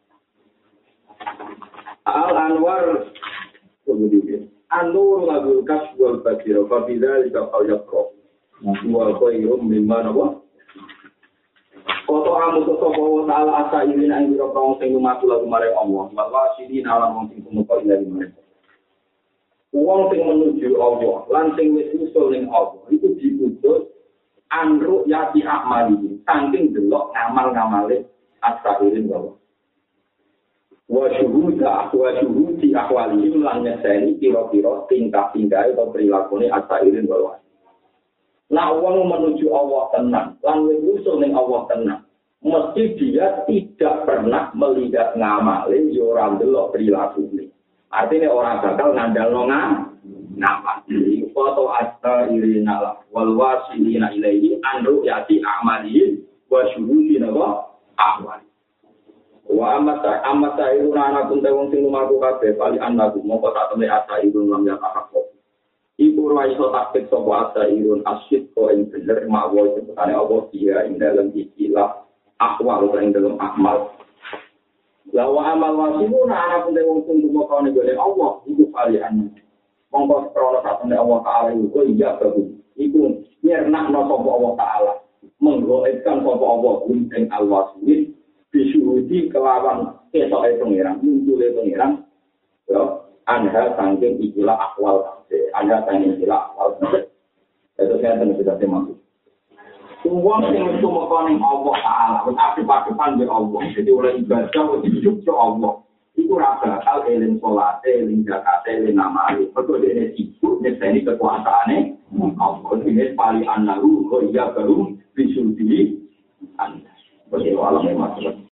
Al Anwar kemudian Anwar Abdul Kasbul Bakir, Fabila jika kau yakro, wa khairum mimma nawa. Koto amu koto bawa taala asa ini nang biro kau sing lumaku lagu mare Allah, wa sini nalan wong sing tumeka ilahi mereka. Wong sing menuju Allah, lan sing wis usul ning Allah, itu diutus anruk yati akmali, saking delok ngamal-ngamale asairin bahwa wa syuhuda wa syuhudi ahwali lan nyeseni kira-kira tingkah-tingkah atau perilakune asairin bahwa nah wong menuju Allah tenang, lan wis usul ning Allah tenang, mesti dia tidak pernah melihat ngamale yo ora ndelok perilakune. Artinya orang bakal ngandalno ngapa? Foto asta irina lah, wal wasilina ilaihi anru yati amali wa syuhudina wa ahwali. Wa amata amata iruna anakun tewong sing lumaku kabeh pali anaku mongko tak temne asa irun lam ya takok. Iku ora iso taktik sapa asa irun asyid ko ing bener mawa sebutane Allah dia ing dalem ikilah ahwal ing dalem amal. Lawa amal wasimu na anak pun wong sing mokone golek Allah iku kalian. Mongko krono satune Allah taala iku iya bagus. Iku nyernakno sapa Allah taala. Menggoetkan sapa Allah ing al-wasil bisuhudi kelawan ketoke pengiran, muncule pengiran. Ya, anha sangking ikilah akwal kabeh. Anha sangking ikilah akwal kabeh. Itu saya tenan sudah termasuk. Uang yang itu mengkoning Allah Ta'ala, aktif-aktifan di Allah. Jadi oleh ibadah, hidup ke Allah. Itu rasa bakal eling sholat, eling zakat, eling namanya. Betul ini hidup, ini kekuasaannya. Allah ini paling anaru, kaya baru, bisudi. Begitu alamnya masalah.